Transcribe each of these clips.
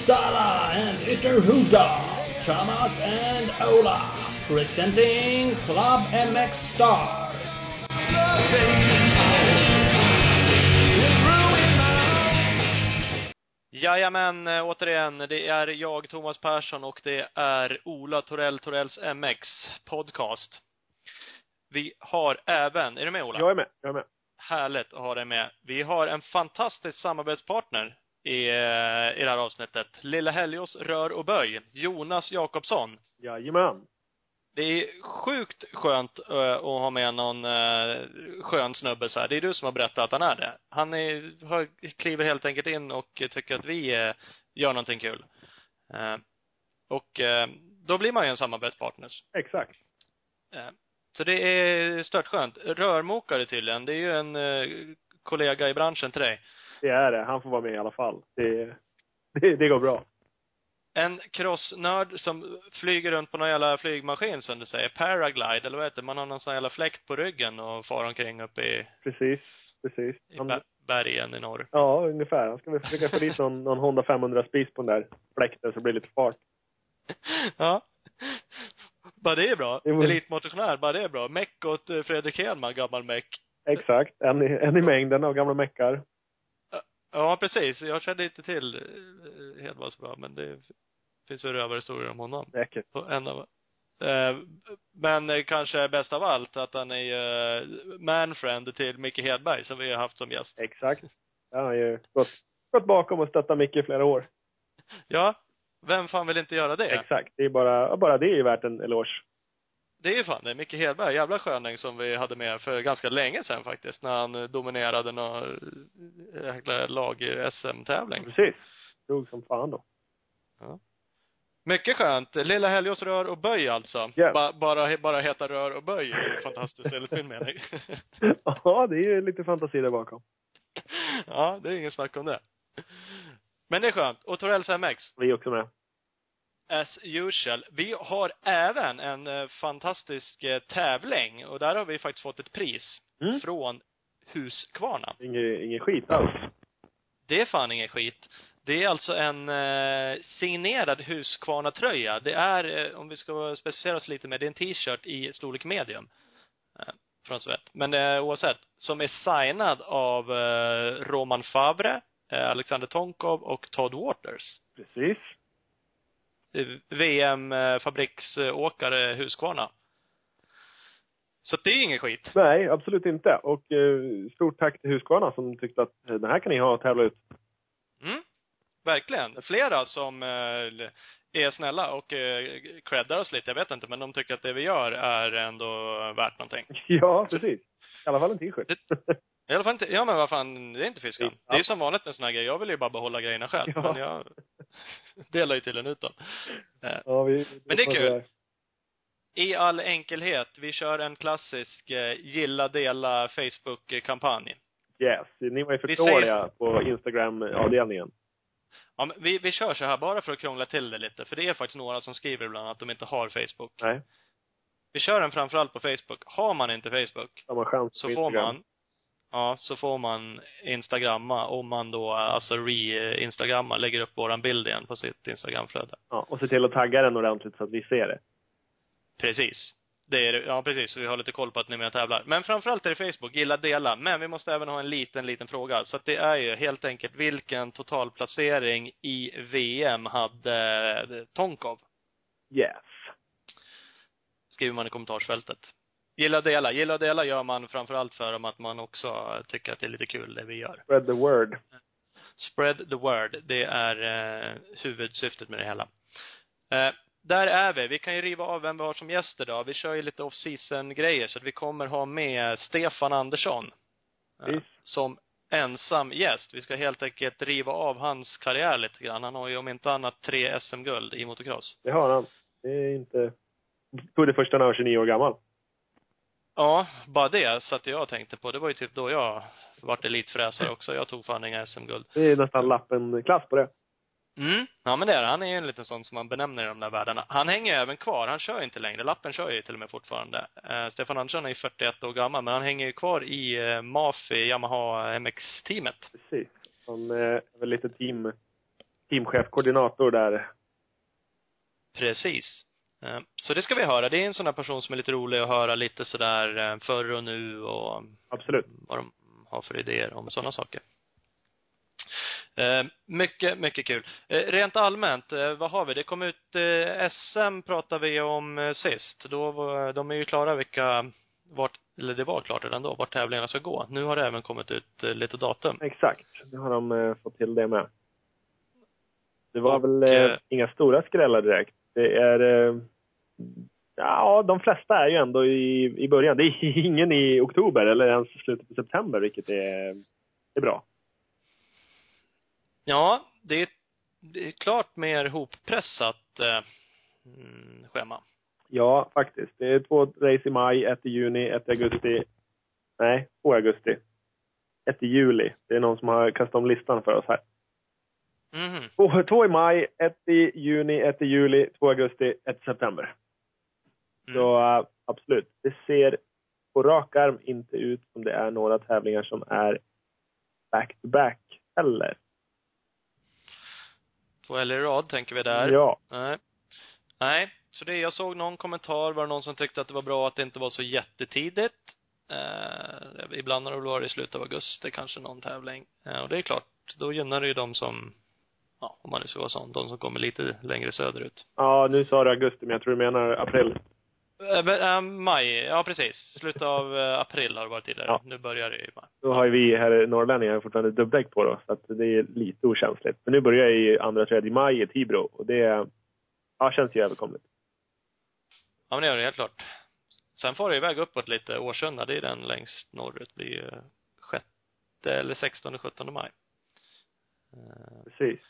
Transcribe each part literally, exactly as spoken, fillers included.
Uppsala and Ytterhuda, Thomas and Ola, presenting Club M X Star. Jajamän, återigen, det är jag, Thomas Persson, och det är Ola Torell, Torells M X podcast. Vi har även, är du med Ola? Jag är med, jag är med. Härligt att ha dig med. Vi har en fantastisk samarbetspartner i, i det här avsnittet. Lilla Helgos rör och böj, Jonas Jakobsson. Jajamän. Det är sjukt skönt uh, att ha med någon uh, skön snubbe så här. Det är du som har berättat att han är det. Han är, har, kliver helt enkelt in och tycker att vi uh, gör någonting kul. Uh, och uh, då blir man ju en samarbetspartners. Exakt. Uh, så det är stört skönt. Rörmokare tydligen. Det är ju en uh, kollega i branschen till dig. Det är det. Han får vara med i alla fall. Det, det, det går bra. En crossnörd som flyger runt på någon jävla flygmaskin, som du säger. Paraglide, eller vad heter det? Man har någon sån jävla fläkt på ryggen och far omkring upp i... Precis, precis. I Han... bergen i norr. Ja, ungefär. Han ska väl försöka få dit någon, någon Honda femhundra spis på den där fläkten så det blir lite fart. Ja. Bara det är bra. Det var... Elitmotionär, bara det är bra. Meck åt Fredrik Hedman, gammal meck. Exakt. En i, en i mängden av gamla meckar. Ja, precis. Jag kände inte till Hedman så bra, men det finns väl rövarhistorier om honom. Säkert. En av... Men kanske bäst av allt att han är manfriend till Micke Hedberg, som vi har haft som gäst. Exakt. Ja, han har ju gått, gått bakom och stöttat Micke i flera år. Ja, vem fan vill inte göra det? Exakt. Det är bara, bara det är ju värt en eloge. Det är ju fan det. Micke Hedberg, jävla sköning som vi hade med för ganska länge sedan faktiskt. När han dominerade någon jäkla lag-S M-tävling. Precis. Drog som fan då. Ja. Mycket skönt. Lilla Helgos rör och böj alltså. Yes. Ba- bara, bara heta rör och böj är fantastiskt enligt min mening. Ja, det är ju lite fantasi där bakom. Ja, det är ingen snack om det. Men det är skönt. Och Torells M X. Vi är också med. As usual. Vi har även en eh, fantastisk eh, tävling. Och där har vi faktiskt fått ett pris. Mm. Från Husqvarna. Ingen, ingen skit alls. Det är fan ingen skit. Det är alltså en eh, signerad Husqvarna-tröja. Det är, eh, om vi ska specificera oss lite mer, det är en t-shirt i storlek medium. Eh, från Sovjet. Men eh, oavsett, som är signad av eh, Roman Favre, eh, Alexander Tonkov och Todd Waters. Precis. V M-fabriksåkare Husqvarna. Så det är ingen skit. Nej, absolut inte. Och eh, stort tack till Husqvarna som tyckte att eh, den här kan ni ha och tävla ut. Mm, verkligen. Flera som eh, är snälla och eh, creddar oss lite, jag vet inte. Men de tycker att det vi gör är ändå värt någonting. Ja, precis. I alla fall en t-shirt. Det, I alla fall inte, ja men vad fan, det är inte fiskan. Ja. Det är som vanligt med såna här grejer. Jag vill ju bara behålla grejerna själv. Ja. Men jag delar ju tydligen ut dem. Ja, vi, men det är kul. Det I all enkelhet, vi kör en klassisk eh, gilla, dela Facebook-kampanj. Yes, ni var ju för dåliga på Instagram-avdelningen. Ja, men vi, vi kör så här bara för att krångla till det lite. För det är faktiskt några som skriver ibland att de inte har Facebook. Nej. Vi kör den framförallt på Facebook. Har man inte Facebook, har man chans så får man Ja, så får man Instagramma om man då, alltså re-Instagramma, lägger upp våran bild igen på sitt Instagramflöde. Ja, och se till att tagga den ordentligt så att vi ser det. Precis. Det är, ja precis, så vi har lite koll på att ni med och tävlar. Men framförallt är det Facebook, gilla, dela. Men vi måste även ha en liten, liten fråga. Så att det är ju helt enkelt, vilken totalplacering i V M hade Tonkov? Yes. Skriver man i kommentarsfältet. Gilla och dela. Gilla och dela gör man framförallt för om att man också tycker att det är lite kul det vi gör. Spread the word. Spread the word. Det är eh, huvudsyftet med det hela. Eh, där är vi. Vi kan ju riva av vem vi har som gäst idag. Vi kör ju lite off-season-grejer så att vi kommer ha med Stefan Andersson. Eh, som ensam gäst. Vi ska helt enkelt riva av hans karriär lite grann. Han har ju om inte annat tre S M-guld i motocross. Det har han. Det är inte... Tog det första när han var tjugonio år gammal. Ja, bara det så att jag tänkte på. Det var ju typ då jag vart elitfräsare också. Jag tog fan inga S M-guld. Det är nästan lappen klass på det. Mm, ja men det är han. är ju en liten sån som man benämner i de där världarna. Han hänger ju även kvar. Han kör ju inte längre. Lappen kör ju till och med fortfarande. Uh, Stefan Andersson är ju fyrtioett år gammal. Men han hänger ju kvar i uh, M A F I, Yamaha M X-teamet. Precis. Han är väl lite team teamchef, koordinator där. Precis. Så det ska vi höra. Det är en sån här person som är lite rolig att höra lite sådär förr och nu och absolut vad de har för idéer om sådana saker. Mycket, mycket kul. Rent allmänt, vad har vi? Det kom ut S M pratar vi om sist. Då var, de är ju klara vilka vart, eller det var klart redan då, vart tävlingarna ska gå. Nu har det även kommit ut lite datum. Exakt, nu har de eh, fått till det med. Det var och, väl eh, inga stora skrällar direkt. Det är eh, ja, de flesta är ju ändå i, i början. Det är ingen i oktober eller ens slutet på september, vilket är, är bra. Ja, det är, det är klart mer hoppressat eh, schema. Ja, faktiskt. Det är två race i maj, ett i juni, ett i augusti. Nej, två i augusti. Ett i juli. Det är någon som har kastat om listan för oss här. Mm. Två, två i maj, ett i juni, ett i juli, två i augusti, ett i september. Mm. Så uh, absolut. Det ser på rak arm inte ut som det är några tävlingar som är back-to-back heller. Två eller i rad tänker vi där. Ja. Nej. Nej, så det, jag såg någon kommentar, var det någon som tyckte att det var bra att det inte var så jättetidigt. Eh, ibland har det varit i slutet av augusti kanske någon tävling. Eh, och det är klart, då gynnar det ju de som, ja, om man nu ska vara sån, de som kommer lite längre söderut. Ja, nu sa du augusti, men jag tror du menar april. Eh, eh, maj, ja precis. Slutet av eh, april har det varit tidigare. Ja. Nu börjar det i maj. Då har vi här i norrlänningar fortfarande dubbdäck på då, så att det är lite okänsligt. Men nu börjar jag i andra tredje maj i Tibro, och det ja, känns ju överkomligt. Ja, men det är det helt klart. Sen får det iväg uppåt lite. Årsunda, det är den längst norrut. Blir ju sjätte eller sextonde, sjuttonde maj. Precis.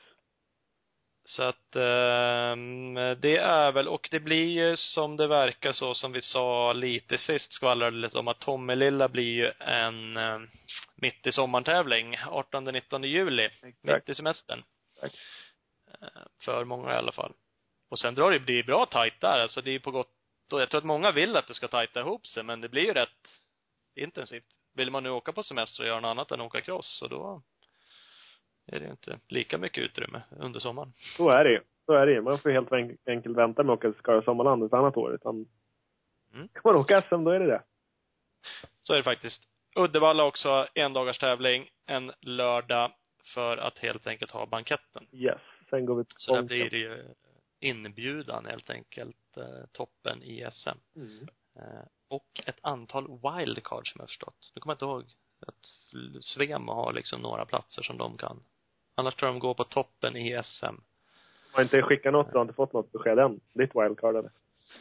Så att eh, det är väl, och det blir ju som det verkar så som vi sa lite sist, skvallrade lite om att Tommelilla blir ju en eh, mitt i sommartävling, artonde nittonde juli. Exakt. Mitt i semestern. Exakt. Eh, för många i alla fall. Och sen drar det blir bra tajt där, alltså det är på gott. Och jag tror att många vill att det ska tajta ihop sig, men det blir ju rätt intensivt. Vill man nu åka på semester och göra något annat än åka cross, så då är det inte lika mycket utrymme under sommaren. Så är det ju. Så är det ju. Man får helt enkelt vänta med att åka till Skara Sommarland ett annat år. Utan mm. kan man åka S M, då är det det. Så är det faktiskt. Uddevalla också, en dagars tävling, en lördag för att helt enkelt ha banketten. Yes, sen går vi till så där blir det ju inbjudan helt enkelt, eh, toppen i S M. Mm. Eh, och ett antal wildcards som jag har förstått. Nu kommer jag inte ihåg att Svema har liksom några platser som de kan. Annars tror jag de går på toppen i S M. Har inte skickat något, du har inte fått något besked än. Ditt wildcard eller?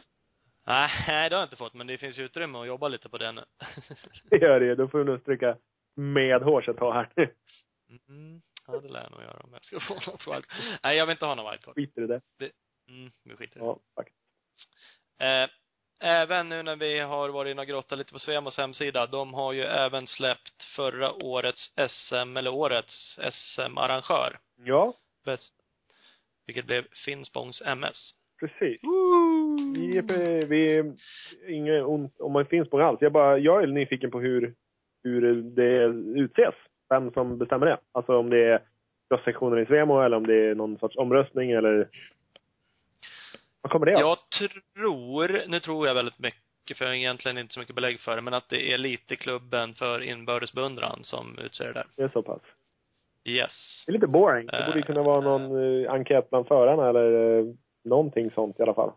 Nej, det har jag inte fått, men det finns ju utrymme att jobba lite på det nu. Det gör det ju, då får du nog stryka med hårs ett tag här. Mm, ja, det lär jag nog göra om jag ska få något wildcard. Nej, jag vill inte ha något wildcard. Skiter du det? det mm, vi skiter ja, faktiskt. Eh, även nu när vi har varit inne och grottat lite på Svemas hemsida, de har ju även släppt förra årets S M, eller årets S M-arrangör. Ja. Bäst. Vilket blev Finspångs M S. Precis. Vi, vi inget ont om man Finspång alls. Jag, bara, jag är nyfiken på hur, hur det utses. Vem som bestämmer det. Alltså om det är cross-sektionen i Svemo eller om det är någon sorts omröstning eller... Vad kommer det av? Jag tror, nu tror jag väldigt mycket, för jag har egentligen inte så mycket belägg för det, men att det är lite klubben för inbördesbeundran som utser det där. Det är så pass. Yes. Det är lite boring. Det borde ju kunna vara någon uh, enkät bland förarna eller uh, någonting sånt i alla fall.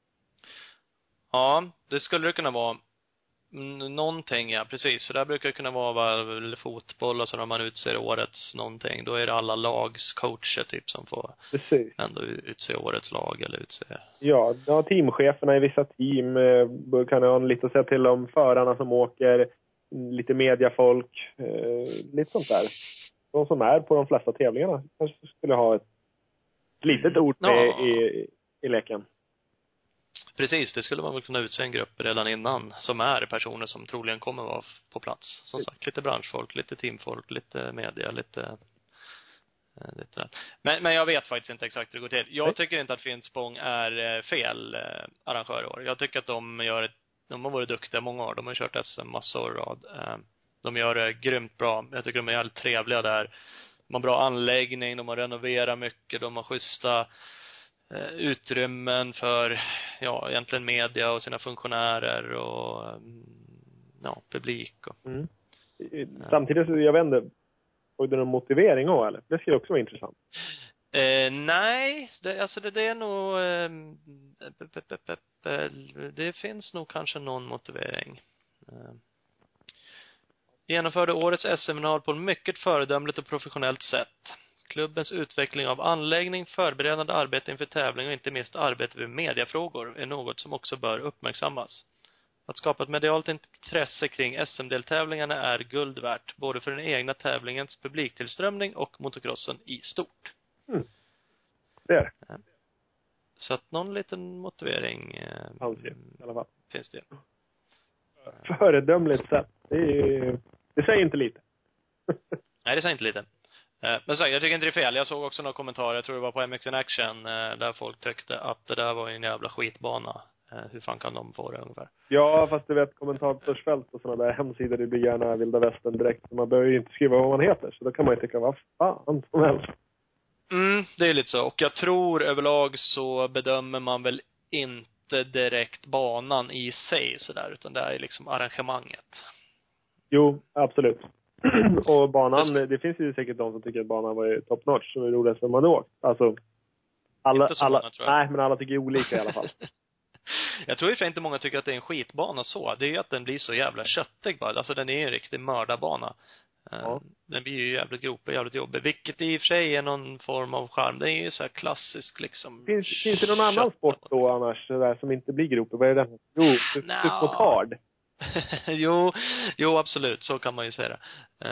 Ja, det skulle det kunna vara. Mm, någonting, ja, precis. Så där brukar det kunna vara väl fotboll och så när man utser årets någonting. Då är det alla lags coacher typ som får precis. Ändå utse årets lag eller utse. Ja, ja, teamcheferna i vissa team eh, kan ha lite att säga till om, förarna som åker, lite mediafolk, eh, lite sånt där. De som är på de flesta tävlingarna kanske skulle ha ett litet ord med ja. i, i leken. Precis, det skulle man väl kunna utse en grupp redan innan som är personer som troligen kommer vara på plats. Som sagt, lite branschfolk, lite teamfolk, lite media, lite, lite men, men jag vet faktiskt inte exakt hur det går till. Jag tycker inte att Finspång är fel arrangör i år. Jag tycker att de gör ett, de har varit duktiga många år. De har kört S M massor rad. De gör det grymt bra. Jag tycker de är jävligt trevliga där. De har bra anläggning, de har renoverat mycket, de har schyssta eh, utrymmen för, ja, egentligen media och sina funktionärer och mm, ja, publik. Och, Mm. Samtidigt så, jag vet inte, får du någon motivering också, eller? Det skulle också vara intressant. Eh, nej, det, alltså det, det är nog eh, det finns nog kanske någon motivering. Eh, genomförde årets S M-final på ett mycket föredömligt och professionellt sätt. Klubbens utveckling av anläggning, förberedande arbete inför tävling och inte minst arbete med mediafrågor är något som också bör uppmärksammas. Att skapa ett medialt intresse kring S M-deltävlingarna är guld värt, både för den egna tävlingens publiktillströmning och motocrossen i stort. Mm. Det är det. Så att någon liten motivering eh, Alltid, i alla fall. finns det. Föredömligt sätt. Det, är, det säger inte lite. Nej, det säger inte lite. Eh, men så, jag tycker inte det är fel. Jag såg också några kommentarer, jag tror det var på M X in Action, eh, där folk tyckte att det där var en jävla skitbana. Eh, hur fan kan de få det ungefär? Ja, fast du vet, kommentatorsfält och sådana där hemsidor, det blir gärna vilda västern direkt. Man behöver ju inte skriva vad man heter, så då kan man ju tycka, vad fan som helst. Mm, det är lite så. Och jag tror överlag så bedömer man väl inte direkt banan i sig sådär, utan det är liksom arrangemanget. Jo, absolut. Och banan, det, det finns ju säkert de som tycker att banan var top notch, så är det roligast som man åkt. Alltså, alla, inte så alla, många, tror jag. nej, men alla tycker olika i alla fall. Jag tror ju för inte många tycker att det är en skitbana så. Det är ju att den blir så jävla köttig bara. Alltså den är ju en riktig mördarbana. Ja. Den blir ju jävligt gropig, jävligt jobbig. Vilket i och för sig är någon form av charm. Det är ju så här klassisk liksom. Finns, finns det någon annan sport då annars där som inte blir gropig? Vad är det? Jo, supertard. jo, jo, absolut. Så kan man ju säga det.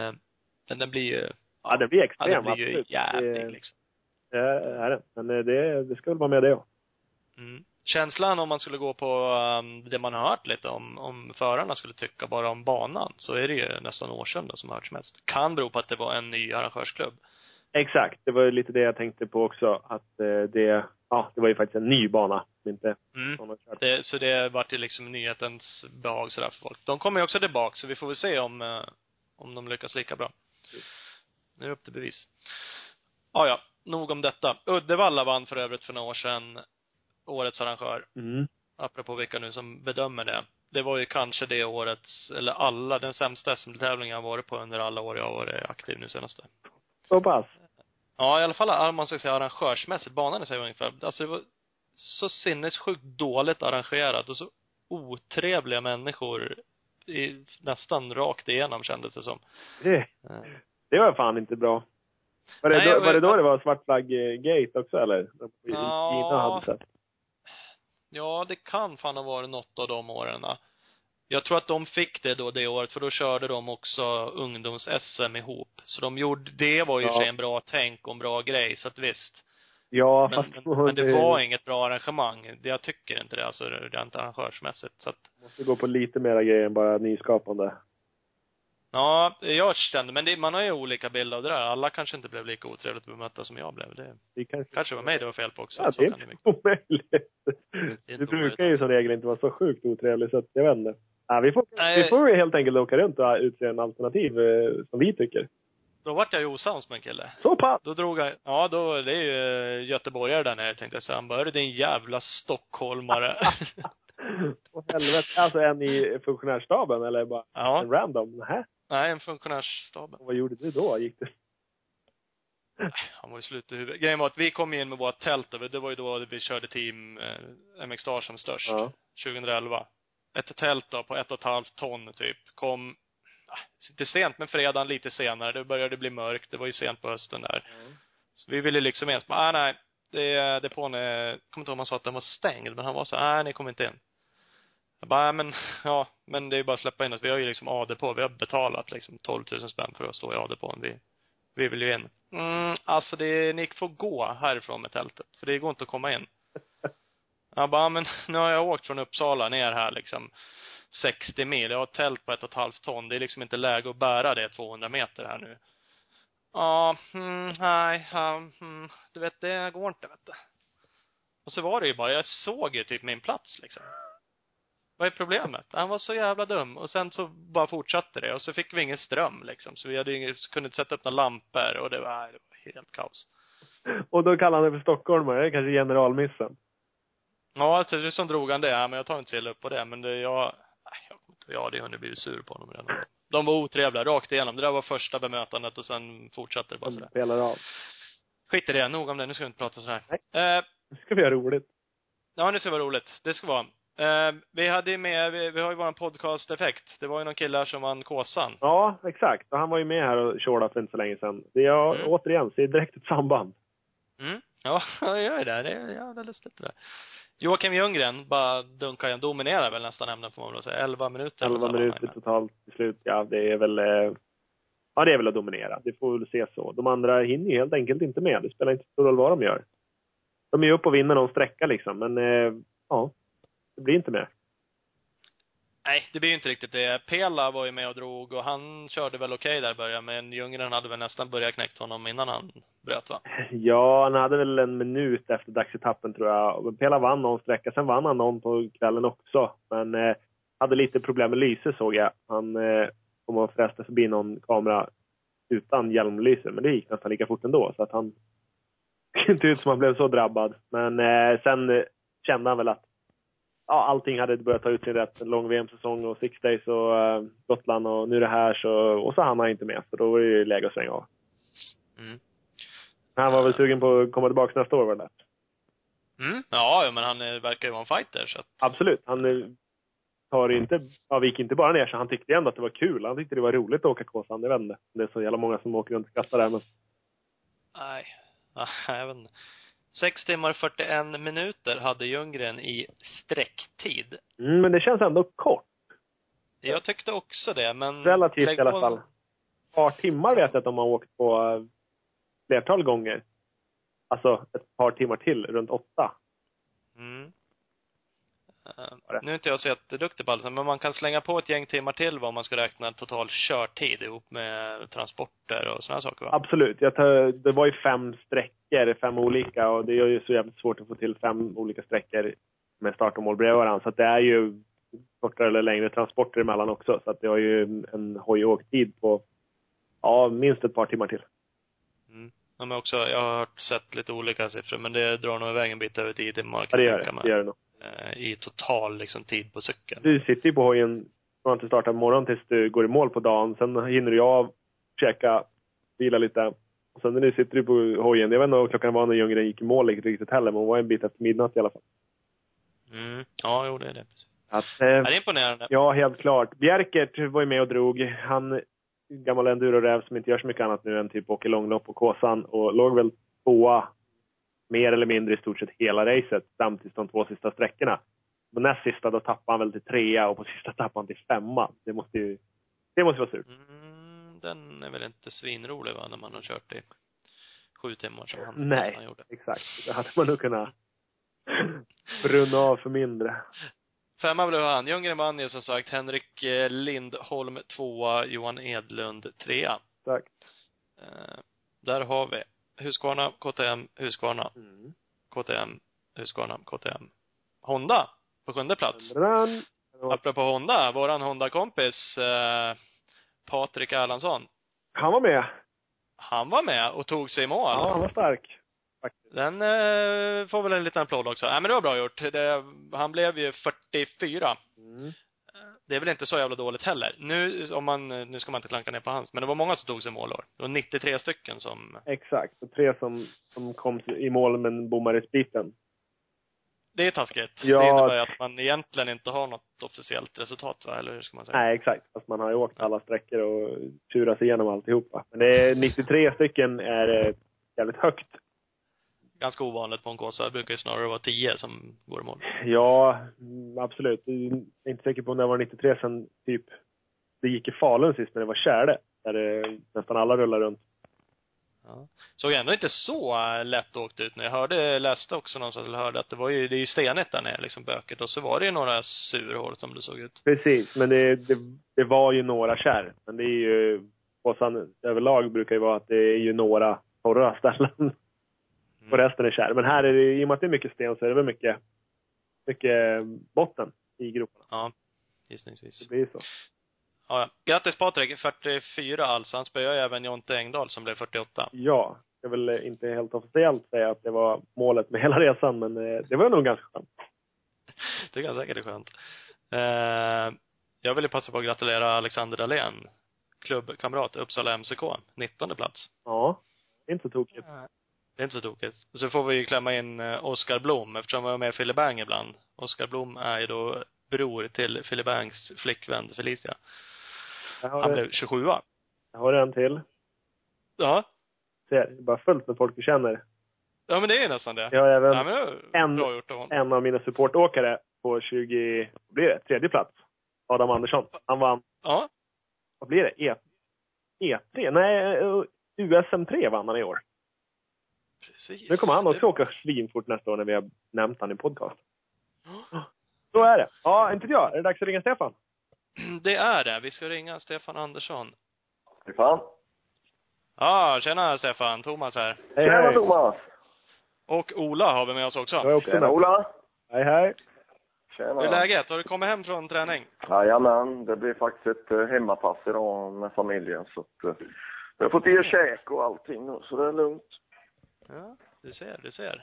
Men den blir ju... Ja, den blir extrem. Ja, den blir ju absolut. jävlig det, liksom. Det är det. Men det, det ska väl vara med det, ja. Mm. Känslan om man skulle gå på um, det man har hört lite om, om förarna skulle tycka bara om banan, så är det ju nästan år sedan som har hört mest. Kan bero på att det var en ny arrangörsklubb. Exakt, det var ju lite det jag tänkte på också, att eh, det, ja, det var ju faktiskt en ny bana, inte mm. det, så det vart ju liksom nyhetens behag sådär för folk. De kommer ju också tillbaka, så vi får väl se om eh, om de lyckas lika bra. Mm. Nu är det upp till bevis. Ja, ja, nog om detta. Uddevalla vann för övrigt för några år sedan årets arrangör. Mm. Apropå vilka nu som bedömer det. Det var ju kanske det årets, eller alla, den sämsta S M-tävlingen jag har varit på under alla år jag har varit aktiv nu senaste. Så pass? Ja, i alla fall, man ska säga arrangörsmässigt. Banan är så ungefär. Alltså det var så sinnessjukt dåligt arrangerat och så otrevliga människor i, nästan rakt igenom, kändes det som. Det, det var fan inte bra. Var det, Nej, då, var det då jag, det var svartflagg-gate också, eller? Ja, hade sett. ja, det kan fan ha varit något av de åren. Jag tror att de fick det då det året, för då körde de också ungdoms-S M ihop. Så de gjorde, det var ju ja. för sig en bra tänk och en bra grej, så att visst. Ja, men, fast men, men det var inget bra arrangemang. Jag tycker inte det, alltså rent arrangörsmässigt. Så att, måste gå på lite mera grejer än bara nyskapande. Ja, jag kände, men det, man har ju olika bilder av det där. Alla kanske inte blev lika otrevligt bemötta som jag blev. Det, det kanske, kanske var mig det var fel på också. Ja, så det är kan inte omöjligt. Du brukar ju som regel inte vara så sjukt otrevlig, så att jag vet inte. Ja, vi får, Nej, vi får ju helt enkelt åka runt och utse en alternativ eh, som vi tycker. Då vart jag ju osams med en kille. Så pass? Då drog jag, ja då, det är ju göteborgare där nere, tänkte jag säga. Han bara, din jävla stockholmare. Åh helvete, alltså en i funktionärstaben eller bara ja. en random? Nähä? Nej, en funktionärsstaben. Vad gjorde du då? Gick det? Han var ju slut i huvudet. Grejen var att vi kom in med vårt tält över. Det var ju då vi körde team eh, M X Star som störst. Ja. tjugoelva. Ett tält då på ett och ett halvt ton typ. Kom lite sent, men fredagen lite senare. Det började bli mörkt. Det var ju sent på hösten där. Mm. Så vi ville liksom ens, ah, nej, det, det på jag kommer inte ihåg om han sa att den var stängd, men han var så, nej, ni kommer inte in. Jag bara, men, ja, men det är ju bara att släppa in oss. Vi har ju liksom A D på, vi har betalat liksom tolv tusen spänn för att stå i A D på. Vi, vi vill ju in. Mm, alltså det, ni får gå härifrån med tältet, för det går inte att komma in. Jag bara, men nu har jag åkt från Uppsala ner här liksom sextio mil. Jag har ett tält på ett och ett halvt ton. Det är liksom inte läge att bära det tvåhundra meter här nu. Ja, mm, nej, mm, du vet, det går inte, vet du. Och så var det ju bara, jag såg ju typ min plats liksom. Vad är problemet? Han var så jävla dum. Och sen så bara fortsatte det. Och så fick vi ingen ström liksom. Så vi hade ingen, kunde inte sätta upp några lampor. Och det var, det var helt kaos. Och då kallade han det för stockholmare. Det är kanske generalmissen. Ja, det är som drog han det. Ja, men jag tar inte till upp på det. Men det jag... Nej, jag kommer inte... Ja, det har blivit sur på honom redan. De var otrevliga, rakt igenom. Det där var första bemötandet och sen fortsatte det bara sådär. Spelar av. Skit i det, nog om det. Nu ska vi inte prata sådär. Nej. Eh, Nu ska vi göra roligt. ja, nu ska det vara roligt. Det ska vara. Eh, vi hade ju med, vi, vi har ju våran podcast-effekt. Det var ju någon kille som vann Kåsan. Ja, exakt. Och han var ju med här och körde för inte så länge sedan. Det är Mm. återigen, det är direkt ett samband. Mm. Ja, jag gör det. Det är jävla lustigt det där. Joakim Ljunggren bara dunkar igen. Dominerar väl nästan ämnen får man väl säga. elva minuter. elva minuter totalt till slut. Ja, det är väl... Eh, ja, det är väl att dominera. Det får väl se så. De andra hinner ju helt enkelt inte med. Det spelar inte så roll vad de gör. De är ju upp och vinner någon sträcka liksom. Men eh, ja, det blir inte mer. Nej, det blir ju inte riktigt det. Pela var ju med och drog och han körde väl okej där i början. Men Ljunggren hade väl nästan börjat knäckt honom innan han bröt, va? Ja, han hade väl en minut efter dagsetappen tror jag. Pela vann någon sträcka. Sen vann han någon på kvällen också. Men eh, hade lite problem med lyse såg jag. Han eh, kom och fräste förbi någon kamera utan hjälmlyse. Men det gick nästan lika fort ändå. Så att han inte ut som han blev så drabbad. Men eh, sen eh, kände han väl att ja, allting hade börjat ta ut sin rätt. En lång V M-säsong och Six Days och eh, Gotland och nu är det här. Så, och så hann han inte med. Så då var det ju läge att svänga av. Mm. Han var väl sugen på att komma tillbaka nästa år, var det? Mm. Ja, men han eh, verkar ju vara en fighter, så att... Absolut. Han eh, tar inte, ja, vi gick inte bara ner, så han tyckte ändå att det var kul. Han tyckte det var roligt att åka Kåsan, jag vet inte. Det är så jävla många som åker runt och skrattar där, men... Nej, jag vet inte. sex timmar fyrtioen minuter hade Ljunggren i sträcktid. Mm, men det känns ändå kort. Jag tyckte också det, men... Relativt i alla på... fall. Ett par timmar vet jag att de har åkt på uh, flertal gånger. Alltså ett par timmar till, runt åtta. Mm. Uh, nu är inte jag så jätteduktig på allt, men man kan slänga på ett gäng timmar till vad man ska räkna total körtid ihop med transporter och såna saker, va? Absolut. Jag tar, det var ju fem sträckor, fem olika, och det är ju så jävligt svårt att få till fem olika sträckor med start och mål bredvid varandra. Så att det är ju kortare eller längre transporter emellan också. Så att det har ju en hojåktid på ja, minst ett par timmar till. Mm. Ja, men också, jag har hört, sett lite olika siffror, men det drar nog iväg en bit över tio timmar. Ja, det gör det. Det gör det nog. I total liksom tid på cykeln. Du sitter ju på hojen från att du startar på morgonen tills du går i mål på dagen. Sen hinner du av, käka, vila lite. Och sen när du sitter du på hojen, jag vet inte vad klockan var när Ljunggren gick i mål riktigt heller, men hon var en bit efter midnatt i alla fall. Mm. Ja, jo, det är det. Att, eh, är det imponerande? Ja, helt klart. Bjerkert var ju med och drog. Han, gammal enduro-räv som inte gör så mycket annat nu än typ åker långlopp på Kåsan. Och låg väl tvåa mer eller mindre i stort sett hela racet fram till de två sista sträckorna. På näst sista då tappade han väl till trea och på sista tappade han till femma. Det måste ju, det måste vara surt. Mm, den är väl inte svinrolig, va, när man har kört i sju timmar som han Nej, han gjorde. Exakt. Det hade man nog kunnat brunna av för mindre. Femma blev han. Ljunggren vann ju som sagt. Henrik Lindholm tvåa, Johan Edlund trea. Tack. Eh, där har vi Husqvarna, K T M, Husqvarna. Mm. K T M, Husqvarna, K T M. Honda på sjunde plats. Dran. Apropå Honda, våran Honda-kompis eh, Patrik Erlandsson. Han var med. Han var med och tog sig i mål. Ja, han var stark. Faktiskt. Den eh, får väl en liten applåd också. Nej, men det var bra gjort. Det, han blev ju fyrtiofyra. Mm. Det är väl inte så jävla dåligt heller. Nu, om man, nu ska man inte klanka ner på hans, men det var många som tog sig i mål då. Det var nittiotre stycken som... Exakt. Och tre som, som kom i mål men bommade i spiten. Det är taskigt. Ja. Det innebär att man egentligen inte har något officiellt resultat, va? Eller hur ska man säga? Nej, exakt. Fast man har ju åkt alla sträckor och tjurat sig igenom alltihopa. Men det är nittiotre stycken är jävligt högt. Ganska ovanligt på en kåsa. Det brukar ju snarare vara tio som går i mål. Ja, absolut. Jag är inte säker på om det var nittiotre sen typ det gick i Falun sist när det var Kärde. Där det, nästan alla rullar runt. Ja. Såg ändå inte så lätt åkt ut. När jag hörde, läste också någonstans, eller hörde att det var ju, det är ju stenigt där nere, liksom böket. Och så var det ju några surhål som det såg ut. Precis, men det, det, det var ju några kärr. Men det är ju, kåsan överlag brukar ju vara att det är ju några torra ställen. Mm. Och resten är kärr. Men här är det, i och med att det är mycket sten så är det väl mycket, mycket botten. i groparna. Ja, gissningsvis. Det blir så. Ja, grattis Patrik, fyrtiofyra alltså. Han spöade ju även Jonte Engdahl som blev fyrtioåtta. Ja, jag vill inte helt officiellt säga att det var målet med hela resan, men det var nog ganska skönt. Det kan säkert är skönt. Eh, jag vill ju passa på att gratulera Alexander Dahlén, klubbkamrat Uppsala M C K, nittonde plats. Ja, det är inte så tokigt. Det är inte så tokigt. Så får vi ju klämma in Oskar Blom, eftersom han var med i Fille Bang ibland. Oskar Blom är ju då bror till Fille Bangs flickvän Felicia. Han det. blev tjugosjua. Jag har en till. Ja. Ser, det är bara fullt med folk du känner. Ja, men det är nästan det. Jag har även ja, men en, bra gjort av en av mina supportåkare på tjugo, vad blir det? Tredje plats. Adam Andersson. Han vann. Ja. Vad blir det? E, E3? Nej, U S M tre vann han i år. Precis. Nu kommer han också åka svinfort nästa år när vi har nämnt han i podcast. Så är det. Ja, inte jag. Är det dags att ringa Stefan? Det är det. Vi ska ringa Stefan Andersson. Stefan. Ja, tjena Stefan. Thomas här. Hej, Tjena hej. Thomas. Och Ola har vi med oss också. Jag är också Tjena med. Ola. Hej, hej. Tjena. Hur är läget? Har du kommit hem från träning? Jajamän, det blir faktiskt ett uh, hemmapass idag med familjen. Så att, uh, jag har fått i käk och allting nu, så det är lugnt. Ja, du ser, du ser.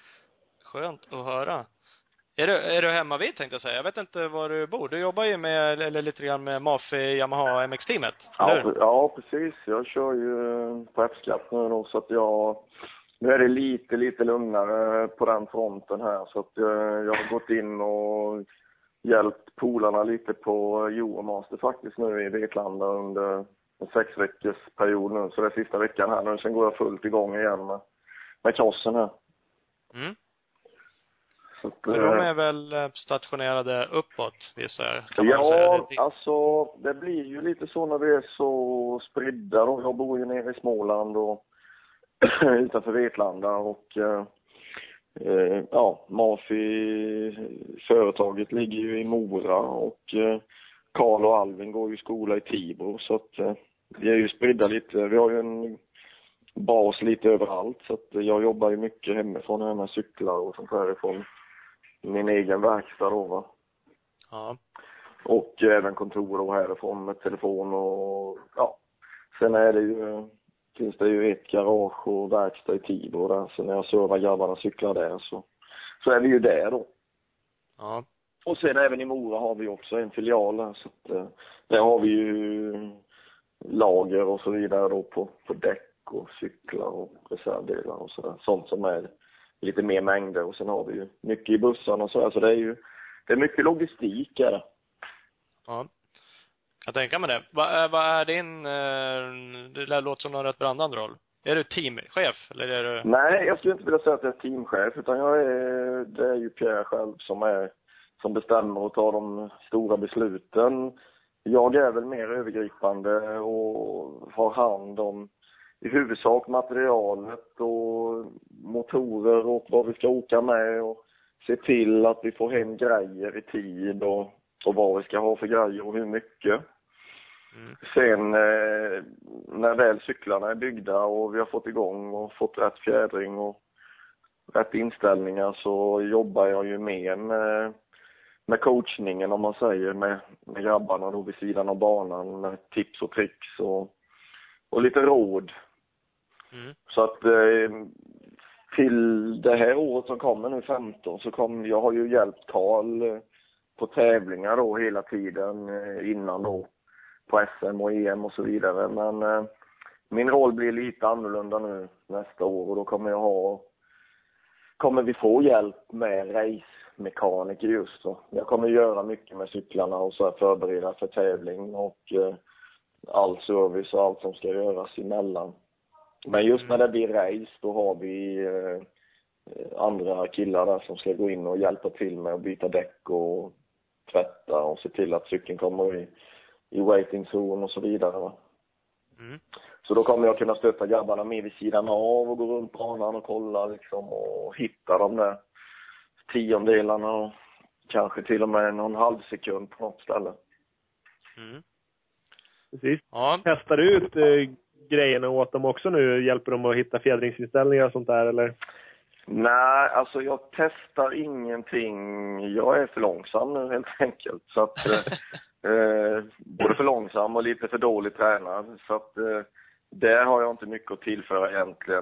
Skönt att höra. Är du, är du hemma vid, tänkte jag säga? Jag vet inte var du bor. Du jobbar ju med, eller lite grann med M A F I Yamaha M X-teamet. Ja, ja, precis. Jag kör ju på F-skatt nu då, så att jag... Nu är det lite, lite lugnare på den fronten här. Så att jag, jag har gått in och hjälpt polarna lite på Euromaster faktiskt nu i Vetlanda under en sex veckors period nu. Så det är sista veckan här nu. Sen går jag fullt igång igen med, med krossen här. Mm. Så, att, så de är väl stationerade uppåt, visar jag. Kan ja, man säga. Det... alltså det blir ju lite så när vi är så spridda då. Jag bor ju nere i Småland och utanför Vetlanda och eh, eh, ja, M A F I företaget ligger ju i Mora och eh, Karl och Alvin går ju i skola i Tibro, så att eh, vi är ju spridda lite. Vi har ju en bas lite överallt, så att jag jobbar ju mycket hemifrån här med cyklar och sånt här ifrån min egen verkstad då, va. Ja. Och även kontor då härifrån med telefon och ja. Sen är det ju, finns det ju ett garage och verkstad i Tibro där. Så när jag servar grabbarna cyklar där så, så är vi ju där då. Ja. Och sen även i Mora har vi också en filial där, så att där har vi ju lager och så vidare då på, på däck och cyklar och reservdelar och sådär. Sånt som är lite mer mängder, och sen har vi ju mycket i bussarna och så där. Så det är ju, det är mycket logistik är det. Ja. Jag tänker mig det. Vad är, vad är din, det låter som någon rätt brandande roll. Är du teamchef eller är du... Nej, jag skulle inte vilja säga att jag är teamchef, utan jag är, det är ju Pierre själv som är, som bestämmer och tar de stora besluten. Jag är väl mer övergripande och har hand om i huvudsak materialet och motorer och vad vi ska åka med och se till att vi får hem grejer i tid och, och vad vi ska ha för grejer och hur mycket. Mm. Sen eh, när väl cyklarna är byggda och vi har fått igång och fått rätt fjädring och rätt inställningar, så jobbar jag ju mer med, med coachningen, om man säger, med, med grabbarna då vid sidan av banan, med tips och tricks och, och lite råd. Mm. Så att eh, till det här året som kommer nu femton, så kommer jag har ju hjälpt Karl eh, på tävlingar då hela tiden eh, innan då på S M och E M och så vidare, men eh, min roll blir lite annorlunda nu nästa år, och då kommer jag ha kommer vi få hjälp med race-mekaniker just då. Jag kommer göra mycket med cyklarna och så här förbereda för tävling och eh, all service och allt som ska göras emellan. Men just när det blir race, då har vi eh, andra killar där som ska gå in och hjälpa till med att byta däck och tvätta och se till att cykeln kommer i, i waiting zone och så vidare, va? Mm. Så då kommer jag kunna stötta grabbarna med vid sidan av och gå runt banan och kolla liksom och hitta de där tiondelarna och kanske till och med någon halv sekund på något ställe. Mm. Precis. Ja. Testar du ut eh, grejerna åt dem också nu? Hjälper de att hitta fjädringsinställningar och sånt där, eller? Nej, alltså jag testar ingenting. Jag är för långsam nu helt enkelt. Så att, eh, både för långsam och lite för dåligt tränad. Så att eh, där har jag inte mycket att tillföra egentligen.